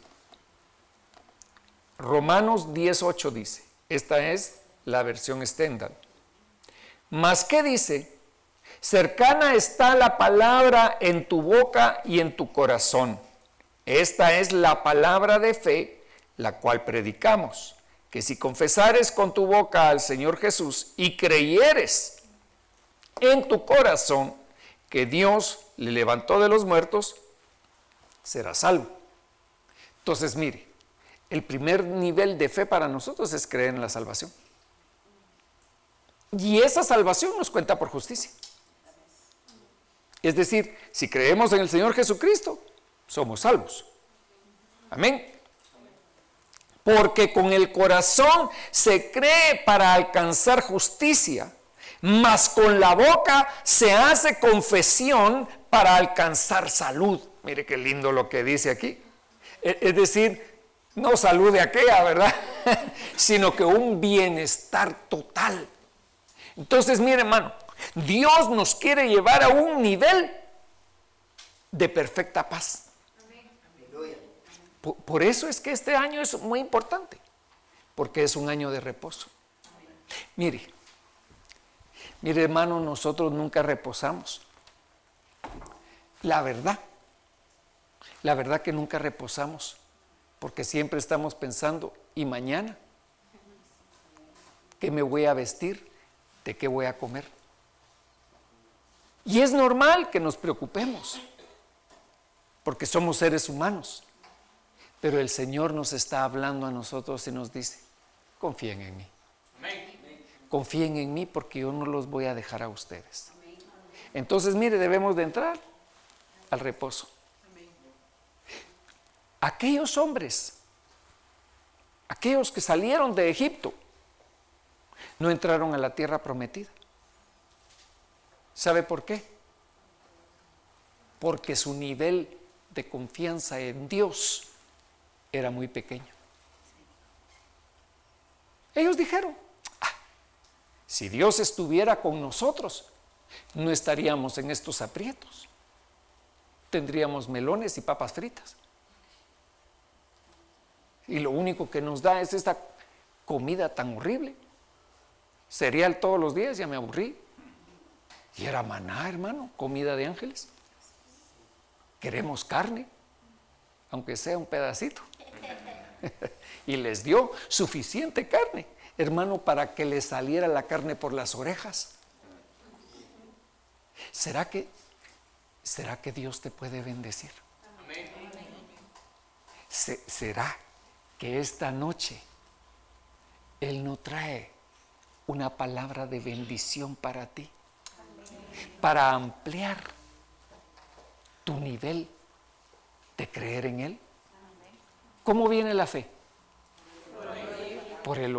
Romanos 10:8 dice, esta es la versión Stendhal. Mas, ¿qué dice? Cercana está la palabra en tu boca y en tu corazón. Esta es la palabra de fe, la cual predicamos, que si confesares con tu boca al Señor Jesús y creyeres en tu corazón que Dios le levantó de los muertos, serás salvo. Entonces, mire, el primer nivel de fe para nosotros es creer en la salvación. Y esa salvación nos cuenta por justicia. Es decir, si creemos en el Señor Jesucristo, somos salvos. Amén. Porque con el corazón se cree para alcanzar justicia, mas con la boca se hace confesión para alcanzar salud. Mire qué lindo lo que dice aquí. Es decir, no salud de aquella, ¿verdad? Sino que un bienestar total. Entonces, mire, hermano, Dios nos quiere llevar a un nivel de perfecta paz. Por eso es que este año es muy importante, porque es un año de reposo. Mire, hermano, nosotros nunca reposamos. La verdad que nunca reposamos, porque siempre estamos pensando, ¿y mañana? ¿Qué me voy a vestir? ¿De qué voy a comer? Y es normal que nos preocupemos, porque somos seres humanos. Pero el Señor nos está hablando a nosotros y nos dice, confíen en mí. Confíen en mí porque yo no los voy a dejar a ustedes. Entonces, mire, debemos de entrar al reposo. Aquellos hombres, aquellos que salieron de Egipto, no entraron a la tierra prometida. ¿Sabe por qué? Porque su nivel de confianza en Dios era muy pequeño. Ellos dijeron, si Dios estuviera con nosotros, no estaríamos en estos aprietos. Tendríamos melones y papas fritas. Y lo único que nos da es esta comida tan horrible. Cereal todos los días, ya me aburrí. Y era maná, hermano, comida de ángeles. Queremos carne, aunque sea un pedacito. Y les dio suficiente carne, hermano, para que les saliera la carne por las orejas. ¿Será que Dios te puede bendecir? ¿Será que esta noche Él no trae una palabra de bendición para ti? Para ampliar tu nivel de creer en Él. ¿Cómo viene la fe? Por el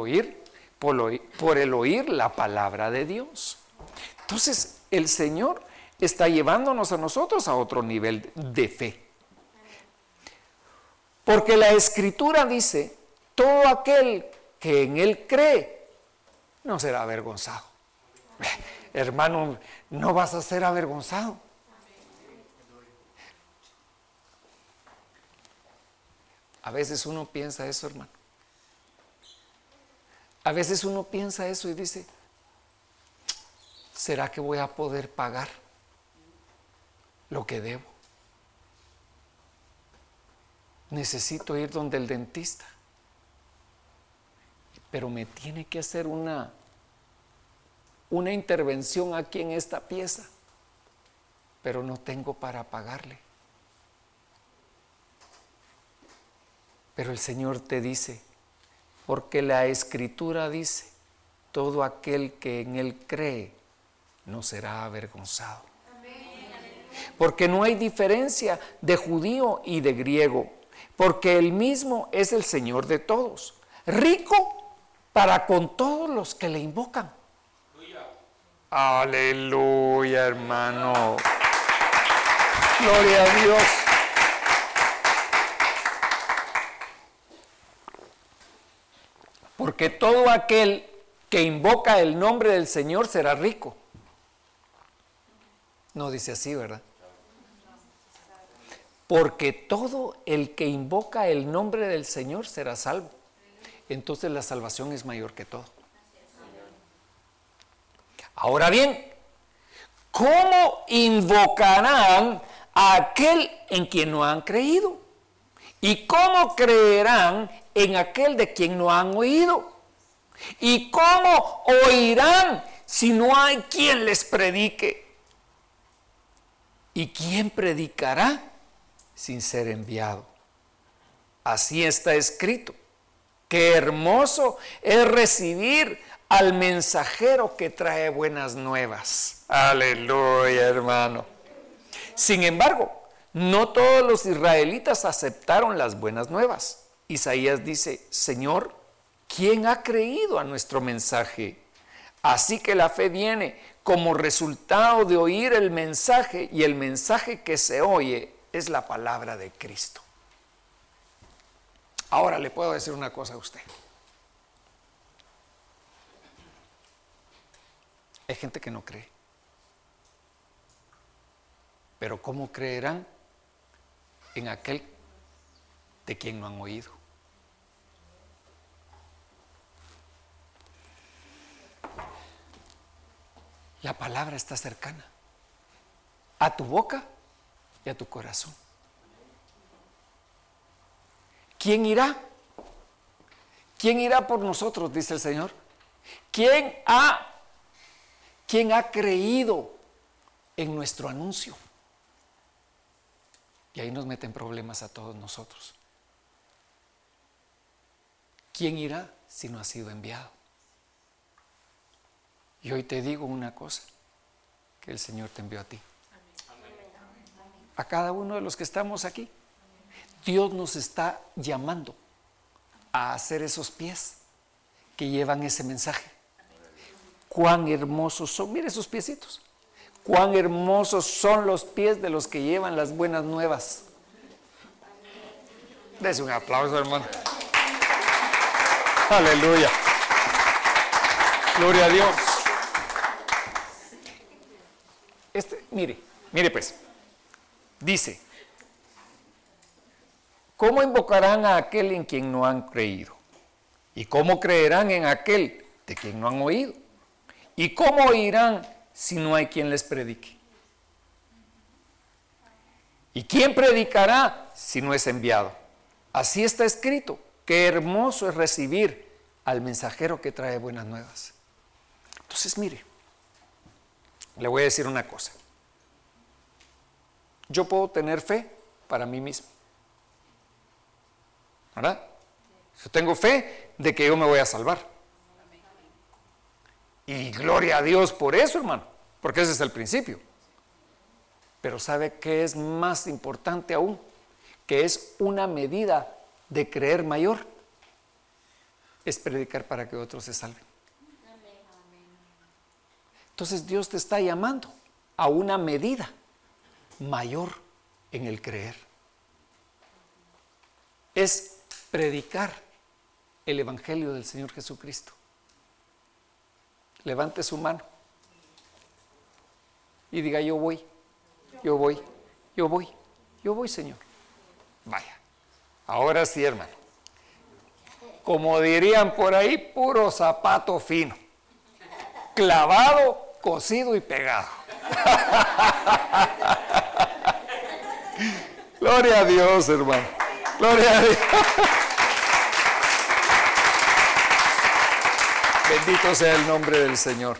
oír la palabra de Dios. Entonces, el Señor está llevándonos a nosotros a otro nivel de fe. Porque la Escritura dice, todo aquel que en Él cree, no será avergonzado. Hermano, no vas a ser avergonzado. A veces uno piensa eso, hermano. A veces uno piensa eso y dice, ¿será que voy a poder pagar lo que debo? Necesito ir donde el dentista, pero me tiene que hacer una intervención aquí en esta pieza, pero no tengo para pagarle. Pero el Señor te dice, porque la Escritura dice, todo aquel que en Él cree no será avergonzado. Porque no hay diferencia de judío y de griego, porque Él mismo es el Señor de todos, rico para con todos los que le invocan. Aleluya, hermano. Gloria a Dios. Porque todo aquel que invoca el nombre del Señor será rico. No dice así, ¿verdad? porque todo el que invoca el nombre del Señor será salvo. Entonces la salvación es mayor que todo. Ahora bien, ¿cómo invocarán a aquel en quien no han creído? ¿Y cómo creerán en aquel de quien no han oído? ¿Y cómo oirán si no hay quien les predique? ¿Y quién predicará sin ser enviado? Así está escrito. Qué hermoso es recibir al mensajero que trae buenas nuevas. Aleluya, hermano. Sin embargo, no todos los israelitas aceptaron las buenas nuevas. Isaías dice: Señor, ¿quién ha creído a nuestro mensaje? Así que la fe viene como resultado de oír el mensaje, y el mensaje que se oye es la palabra de Cristo. Ahora le puedo decir una cosa a usted. Hay gente que no cree. Pero ¿cómo creerán en aquel de quien no han oído? La palabra está cercana a tu boca y a tu corazón. ¿Quién irá? ¿Quién irá por nosotros?, dice el Señor. ¿Quién ha creído en nuestro anuncio? Y ahí nos meten problemas a todos nosotros. ¿Quién irá si no ha sido enviado? Y hoy te digo una cosa, que el Señor te envió a ti. A cada uno de los que estamos aquí. Dios nos está llamando a hacer esos pies que llevan ese mensaje. Cuán hermosos son, mire esos piecitos. Cuán hermosos son los pies de los que llevan las buenas nuevas. Dese un aplauso, hermano. Aleluya. Gloria a Dios. Mire pues, dice: ¿cómo invocarán a aquel en quien no han creído? ¿Y cómo creerán en aquel de quien no han oído? ¿Y cómo oirán si no hay quien les predique? ¿Y quién predicará si no es enviado? Así está escrito. Qué hermoso es recibir al mensajero que trae buenas nuevas. Entonces, mire, le voy a decir una cosa. Yo puedo tener fe para mí mismo, ¿verdad? Yo tengo fe de que yo me voy a salvar. Y gloria a Dios por eso, hermano, porque ese es el principio. Pero ¿sabe qué es más importante aún? Que es una medida de creer mayor. Es predicar para que otros se salven. Entonces Dios te está llamando a una medida mayor en el creer. Es predicar el Evangelio del Señor Jesucristo. Levante su mano y diga: yo voy, Señor. Vaya, ahora sí, hermano. Como dirían por ahí, puro zapato fino, clavado, cosido y pegado. Gloria a Dios, hermano. Gloria a Dios. Bendito sea el nombre del Señor.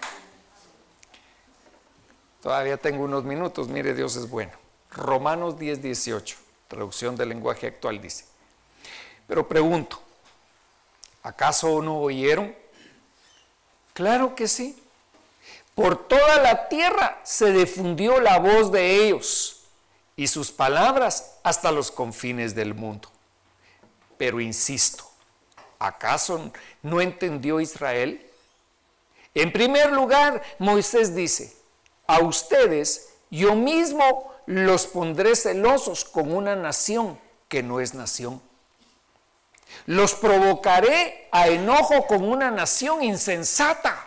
Todavía tengo unos minutos. Mire, Dios es bueno. Romanos 10:18, traducción del lenguaje actual, dice: pero pregunto, ¿acaso no oyeron? Claro que sí. Por toda la tierra se difundió la voz de ellos y sus palabras hasta los confines del mundo. Pero insisto, ¿acaso no entendió Israel? En primer lugar, Moisés dice: a ustedes yo mismo los pondré celosos con una nación que no es nación. Los provocaré a enojo con una nación insensata.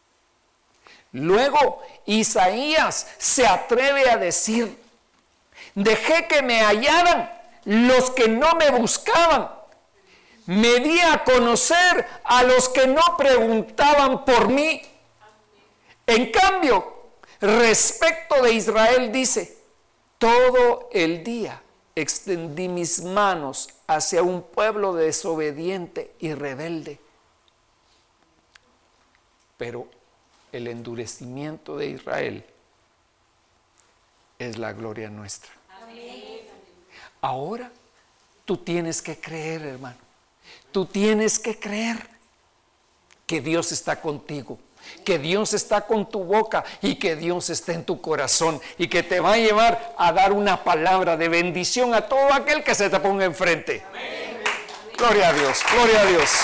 Luego Isaías se atreve a decir: Dejé que me hallaran los que no me buscaban. Me di a conocer a los que no preguntaban por mí. En cambio, respecto de Israel dice, todo el día extendí mis manos hacia un pueblo desobediente y rebelde. Pero el endurecimiento de Israel es la gloria nuestra. Ahora tú tienes que creer, hermano. Tú tienes que creer que Dios está contigo, que Dios está con tu boca y que Dios está en tu corazón y que te va a llevar a dar una palabra de bendición a todo aquel que se te ponga enfrente. Amén. Gloria a Dios, gloria a Dios.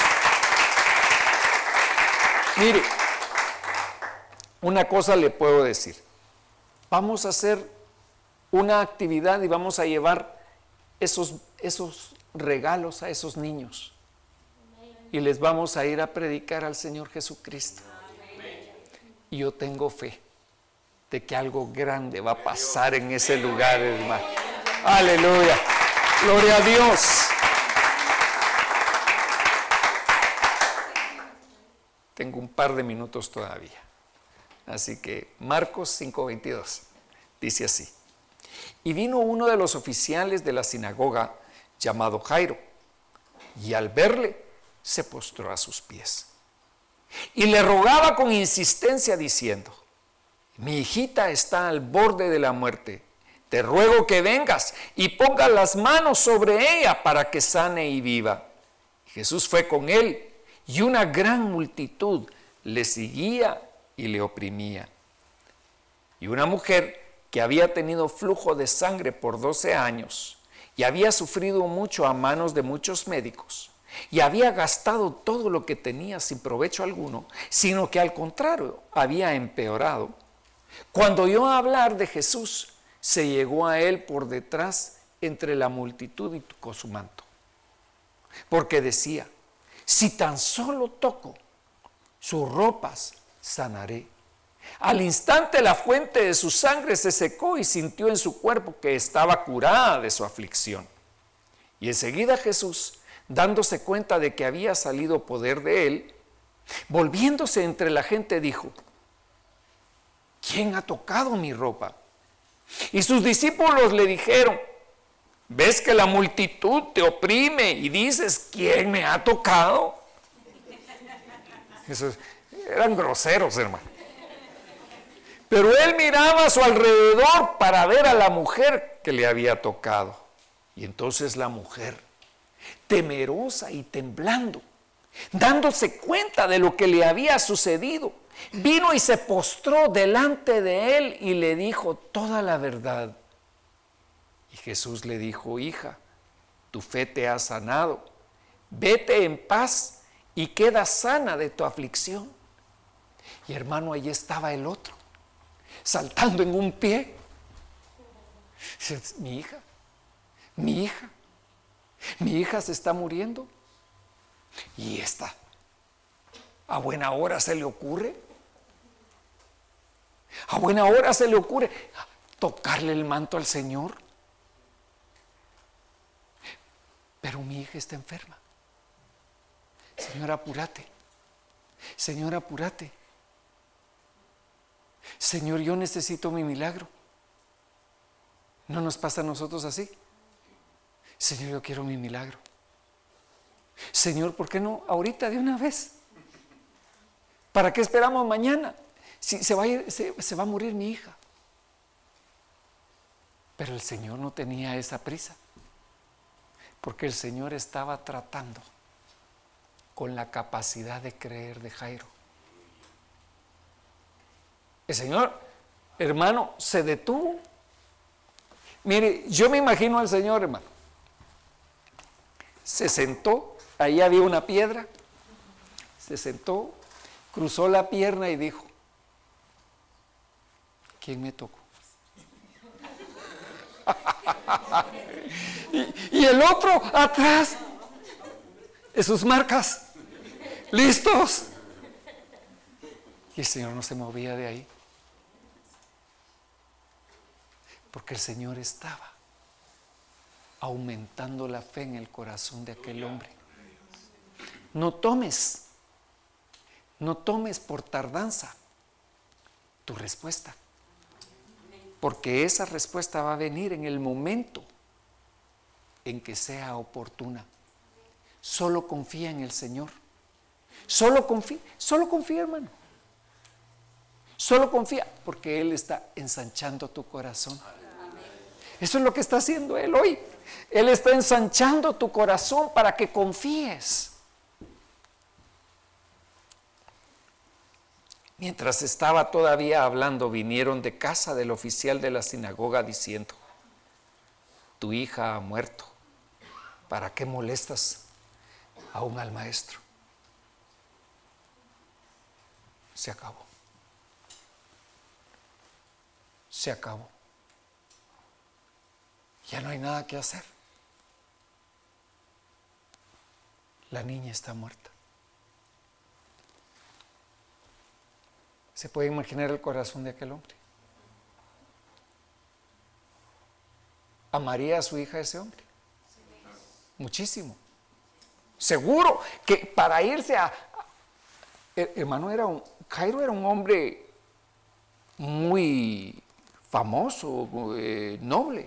Mire, una cosa le puedo decir. Vamos a hacer una actividad y vamos a llevar esos regalos a esos niños. Y les vamos a ir a predicar al Señor Jesucristo. Y yo tengo fe de que algo grande va a pasar en ese lugar, hermano. Aleluya. Gloria a Dios. Tengo un par de minutos todavía. Así que Marcos 5:22 dice así. Y vino uno de los oficiales de la sinagoga llamado Jairo, y al verle se postró a sus pies y le rogaba con insistencia diciendo: mi hijita está al borde de la muerte, te ruego que vengas y pongas las manos sobre ella para que sane y viva. Jesús fue con él y una gran multitud le seguía y le oprimía. Y una mujer que había tenido flujo de sangre por 12 años y había sufrido mucho a manos de muchos médicos y había gastado todo lo que tenía sin provecho alguno, sino que al contrario había empeorado, cuando oyó hablar de Jesús, se llegó a él por detrás entre la multitud y tocó su manto, porque decía: si tan solo toco sus ropas, sanaré. Al instante la fuente de su sangre se secó y sintió en su cuerpo que estaba curada de su aflicción. Y enseguida Jesús, dándose cuenta de que había salido poder de él, volviéndose entre la gente dijo: ¿quién ha tocado mi ropa? Y sus discípulos le dijeron: ¿ves que la multitud te oprime y dices, ¿quién me ha tocado? Esos eran groseros, hermano. Pero él miraba a su alrededor para ver a la mujer que le había tocado. Y entonces la mujer, temerosa y temblando, dándose cuenta de lo que le había sucedido, vino y se postró delante de él y le dijo toda la verdad. Y Jesús le dijo: hija, tu fe te ha sanado, vete en paz y queda sana de tu aflicción. Y hermano, allí estaba el otro, saltando en un pie. Mi hija, mi hija, mi hija se está muriendo. Y esta, a buena hora se le ocurre, tocarle el manto al Señor. Pero mi hija está enferma. Señor, apúrate. Señor, apúrate. Señor, yo necesito mi milagro. ¿No nos pasa a nosotros así? Señor, yo quiero mi milagro. Señor, ¿por qué no ahorita de una vez? ¿Para qué esperamos mañana? Si se va a morir mi hija. Pero el Señor no tenía esa prisa, porque el Señor estaba tratando con la capacidad de creer de Jairo. El Señor, hermano, se detuvo. Mire, yo me imagino al Señor, hermano. Se sentó, ahí había una piedra, se sentó, cruzó la pierna y dijo: ¿quién me tocó? y el otro atrás, en sus marcas, listos. Y el Señor no se movía de ahí, porque el Señor estaba aumentando la fe en el corazón de aquel hombre. No tomes por tardanza tu respuesta, porque esa respuesta va a venir en el momento en que sea oportuna. Solo confía en el Señor. Solo confía, hermano. Solo confía, porque Él está ensanchando tu corazón. Eso es lo que está haciendo Él hoy. Él está ensanchando tu corazón para que confíes. Mientras estaba todavía hablando, vinieron de casa del oficial de la sinagoga diciendo: tu hija ha muerto. ¿Para qué molestas aún al maestro? Se acabó. Se acabó. Ya no hay nada que hacer. La niña está muerta. ¿Se puede imaginar el corazón de aquel hombre? ¿Amaría a su hija ese hombre? Muchísimo. Seguro que para irse hermano, Jairo era un hombre muy famoso, noble.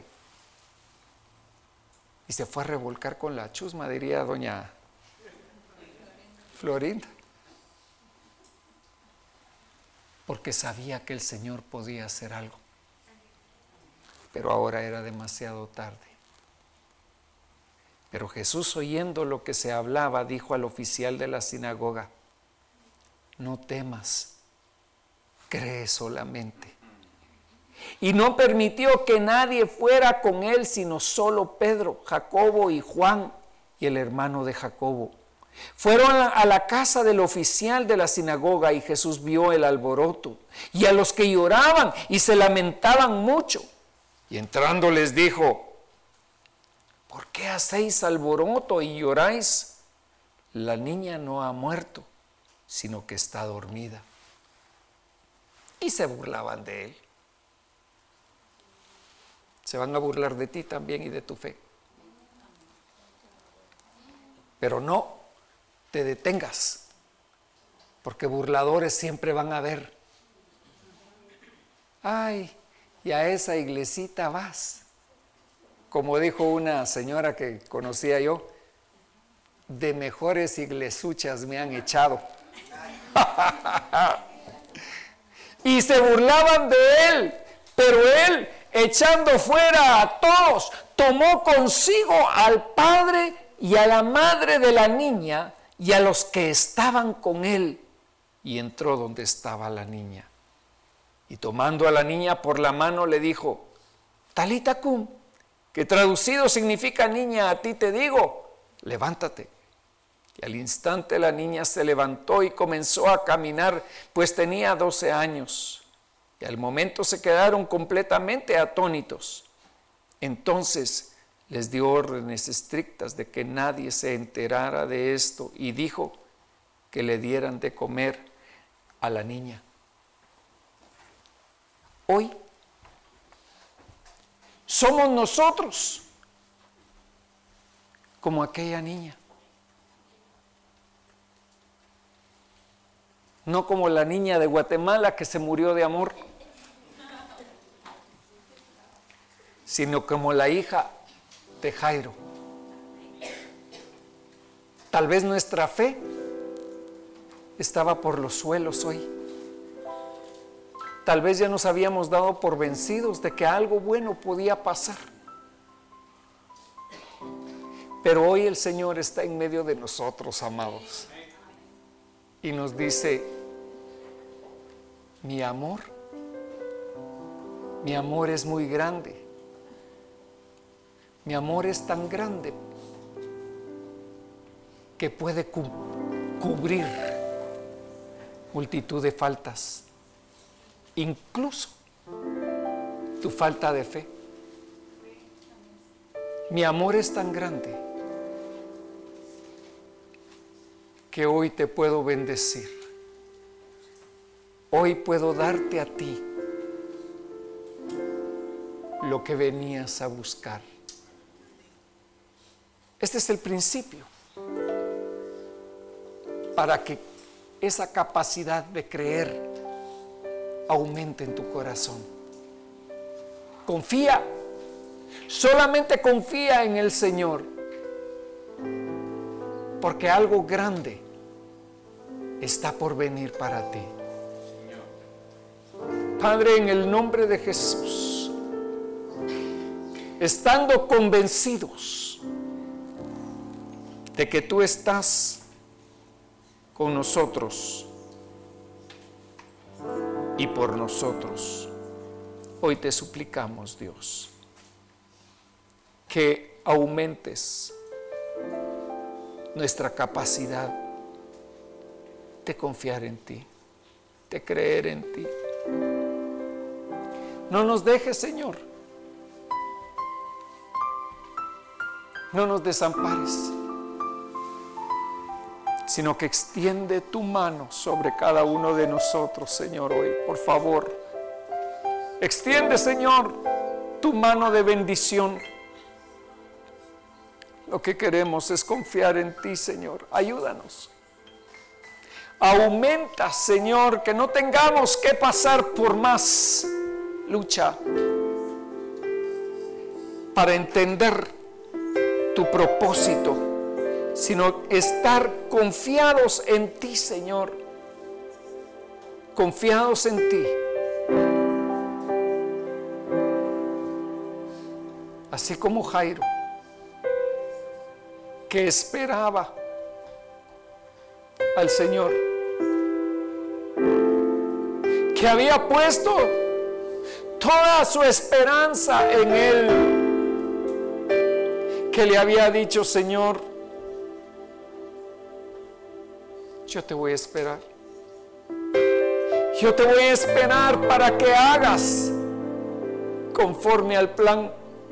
Y se fue a revolcar con la chusma, diría doña Florinda. Porque sabía que el Señor podía hacer algo. Pero ahora era demasiado tarde. Pero Jesús, oyendo lo que se hablaba, dijo al oficial de la sinagoga: no temas, cree solamente. Y no permitió que nadie fuera con él, sino solo Pedro, Jacobo y Juan y el hermano de Jacobo. Fueron a la casa del oficial de la sinagoga y Jesús vio el alboroto y a los que lloraban y se lamentaban mucho. Y entrando les dijo: ¿por qué hacéis alboroto y lloráis? La niña no ha muerto, sino que está dormida. Y se burlaban de él. Se van a burlar de ti también y de tu fe. Pero no te detengas, porque burladores siempre van a haber. Ay, y a esa iglesita vas. Como dijo una señora que conocía yo: de mejores iglesuchas me han echado. Y se burlaban de él, pero él, echando fuera a todos, tomó consigo al padre y a la madre de la niña y a los que estaban con él, y entró donde estaba la niña. Y tomando a la niña por la mano le dijo: Talita cum, que traducido significa: niña, a ti te digo, levántate. Y al instante la niña se levantó y comenzó a caminar, pues tenía 12 años. Y al momento se quedaron completamente atónitos. Entonces les dio órdenes estrictas de que nadie se enterara de esto y dijo que le dieran de comer a la niña. Hoy somos nosotros como aquella niña. No como la niña de Guatemala que se murió de amor, sino como la hija de Jairo. Tal vez nuestra fe estaba por los suelos hoy. Tal vez ya nos habíamos dado por vencidos de que algo bueno podía pasar. Pero hoy el Señor está en medio de nosotros, amados. Y nos dice: mi amor es muy grande. Mi amor es tan grande que puede cubrir multitud de faltas, incluso tu falta de fe. Mi amor es tan grande que hoy te puedo bendecir. Hoy puedo darte a ti lo que venías a buscar. Este es el principio para que esa capacidad de creer aumente en tu corazón. Confía, solamente confía en el Señor, porque algo grande está por venir para ti. Padre, en el nombre de Jesús, estando convencidos de que tú estás con nosotros y por nosotros, hoy te suplicamos, Dios, que aumentes nuestra capacidad de confiar en ti, de creer en ti. No nos dejes, Señor, no nos desampares, sino que extiende tu mano sobre cada uno de nosotros, Señor, hoy, por favor. Extiende, Señor, tu mano de bendición. Lo que queremos es confiar en ti, Señor. Ayúdanos. Aumenta, Señor, que no tengamos que pasar por más lucha para entender tu propósito, sino estar confiados en ti, Señor, confiados en ti. Así como Jairo, que esperaba al Señor, que había puesto toda su esperanza en Él, que le había dicho: Señor, yo te voy a esperar. Yo te voy a esperar para que hagas conforme al plan.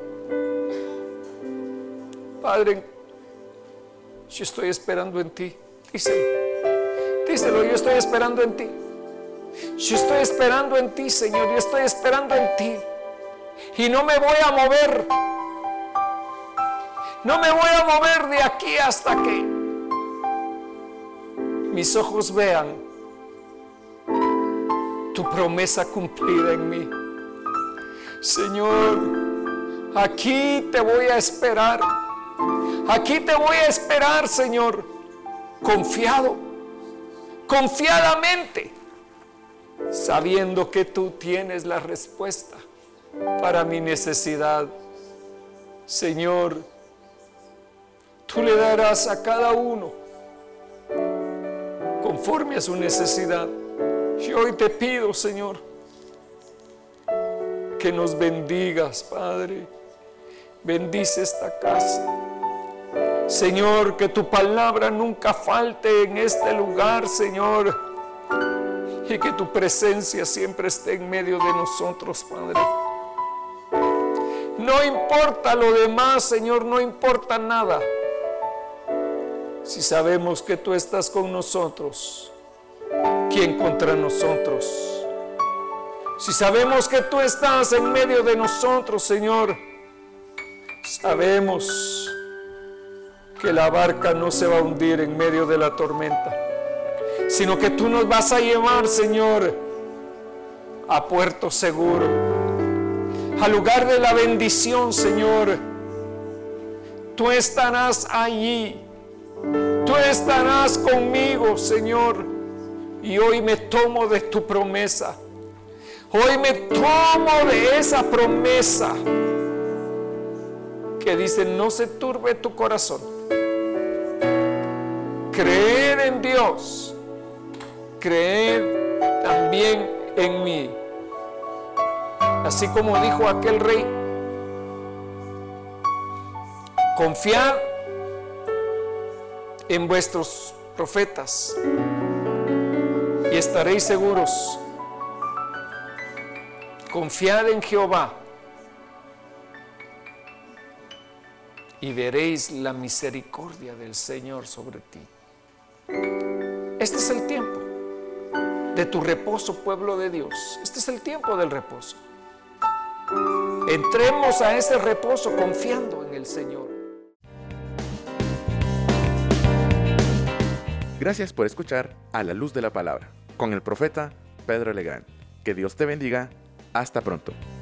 Padre, yo estoy esperando en ti. Díselo, yo estoy esperando en ti. Yo estoy esperando en ti, Señor. Yo estoy esperando en ti. Y no me voy a mover. No me voy a mover de aquí hasta que mis ojos vean tu promesa cumplida en mí. Señor, aquí te voy a esperar. Aquí te voy a esperar, Señor, confiadamente, sabiendo que tú tienes la respuesta para mi necesidad. Señor, tú le darás a cada uno conforme a su necesidad. Y hoy te pido, Señor, que nos bendigas, Padre. Bendice esta casa. Señor, que tu palabra nunca falte en este lugar, Señor, y que tu presencia siempre esté en medio de nosotros, Padre. No importa lo demás, Señor, no importa nada. Si sabemos que tú estás con nosotros, ¿quién contra nosotros? Si sabemos que tú estás en medio de nosotros, Señor, sabemos que la barca no se va a hundir en medio de la tormenta, sino que tú nos vas a llevar, Señor, a puerto seguro, al lugar de la bendición, Señor. Tú estarás allí, tú estarás conmigo, Señor. Y hoy me tomo de tu promesa, hoy me tomo de esa promesa que dice: no se turbe tu corazón. Creer en Dios, creer también en mí. Así como dijo aquel rey: confiad en vuestros profetas y estaréis seguros. Confiad en Jehová y veréis la misericordia del Señor sobre ti. Este es el tiempo de tu reposo, pueblo de Dios. Este es el tiempo del reposo. Entremos a ese reposo confiando en el Señor. Gracias por escuchar A la Luz de la Palabra con el profeta Pedro Legrand. Que Dios te bendiga. Hasta pronto.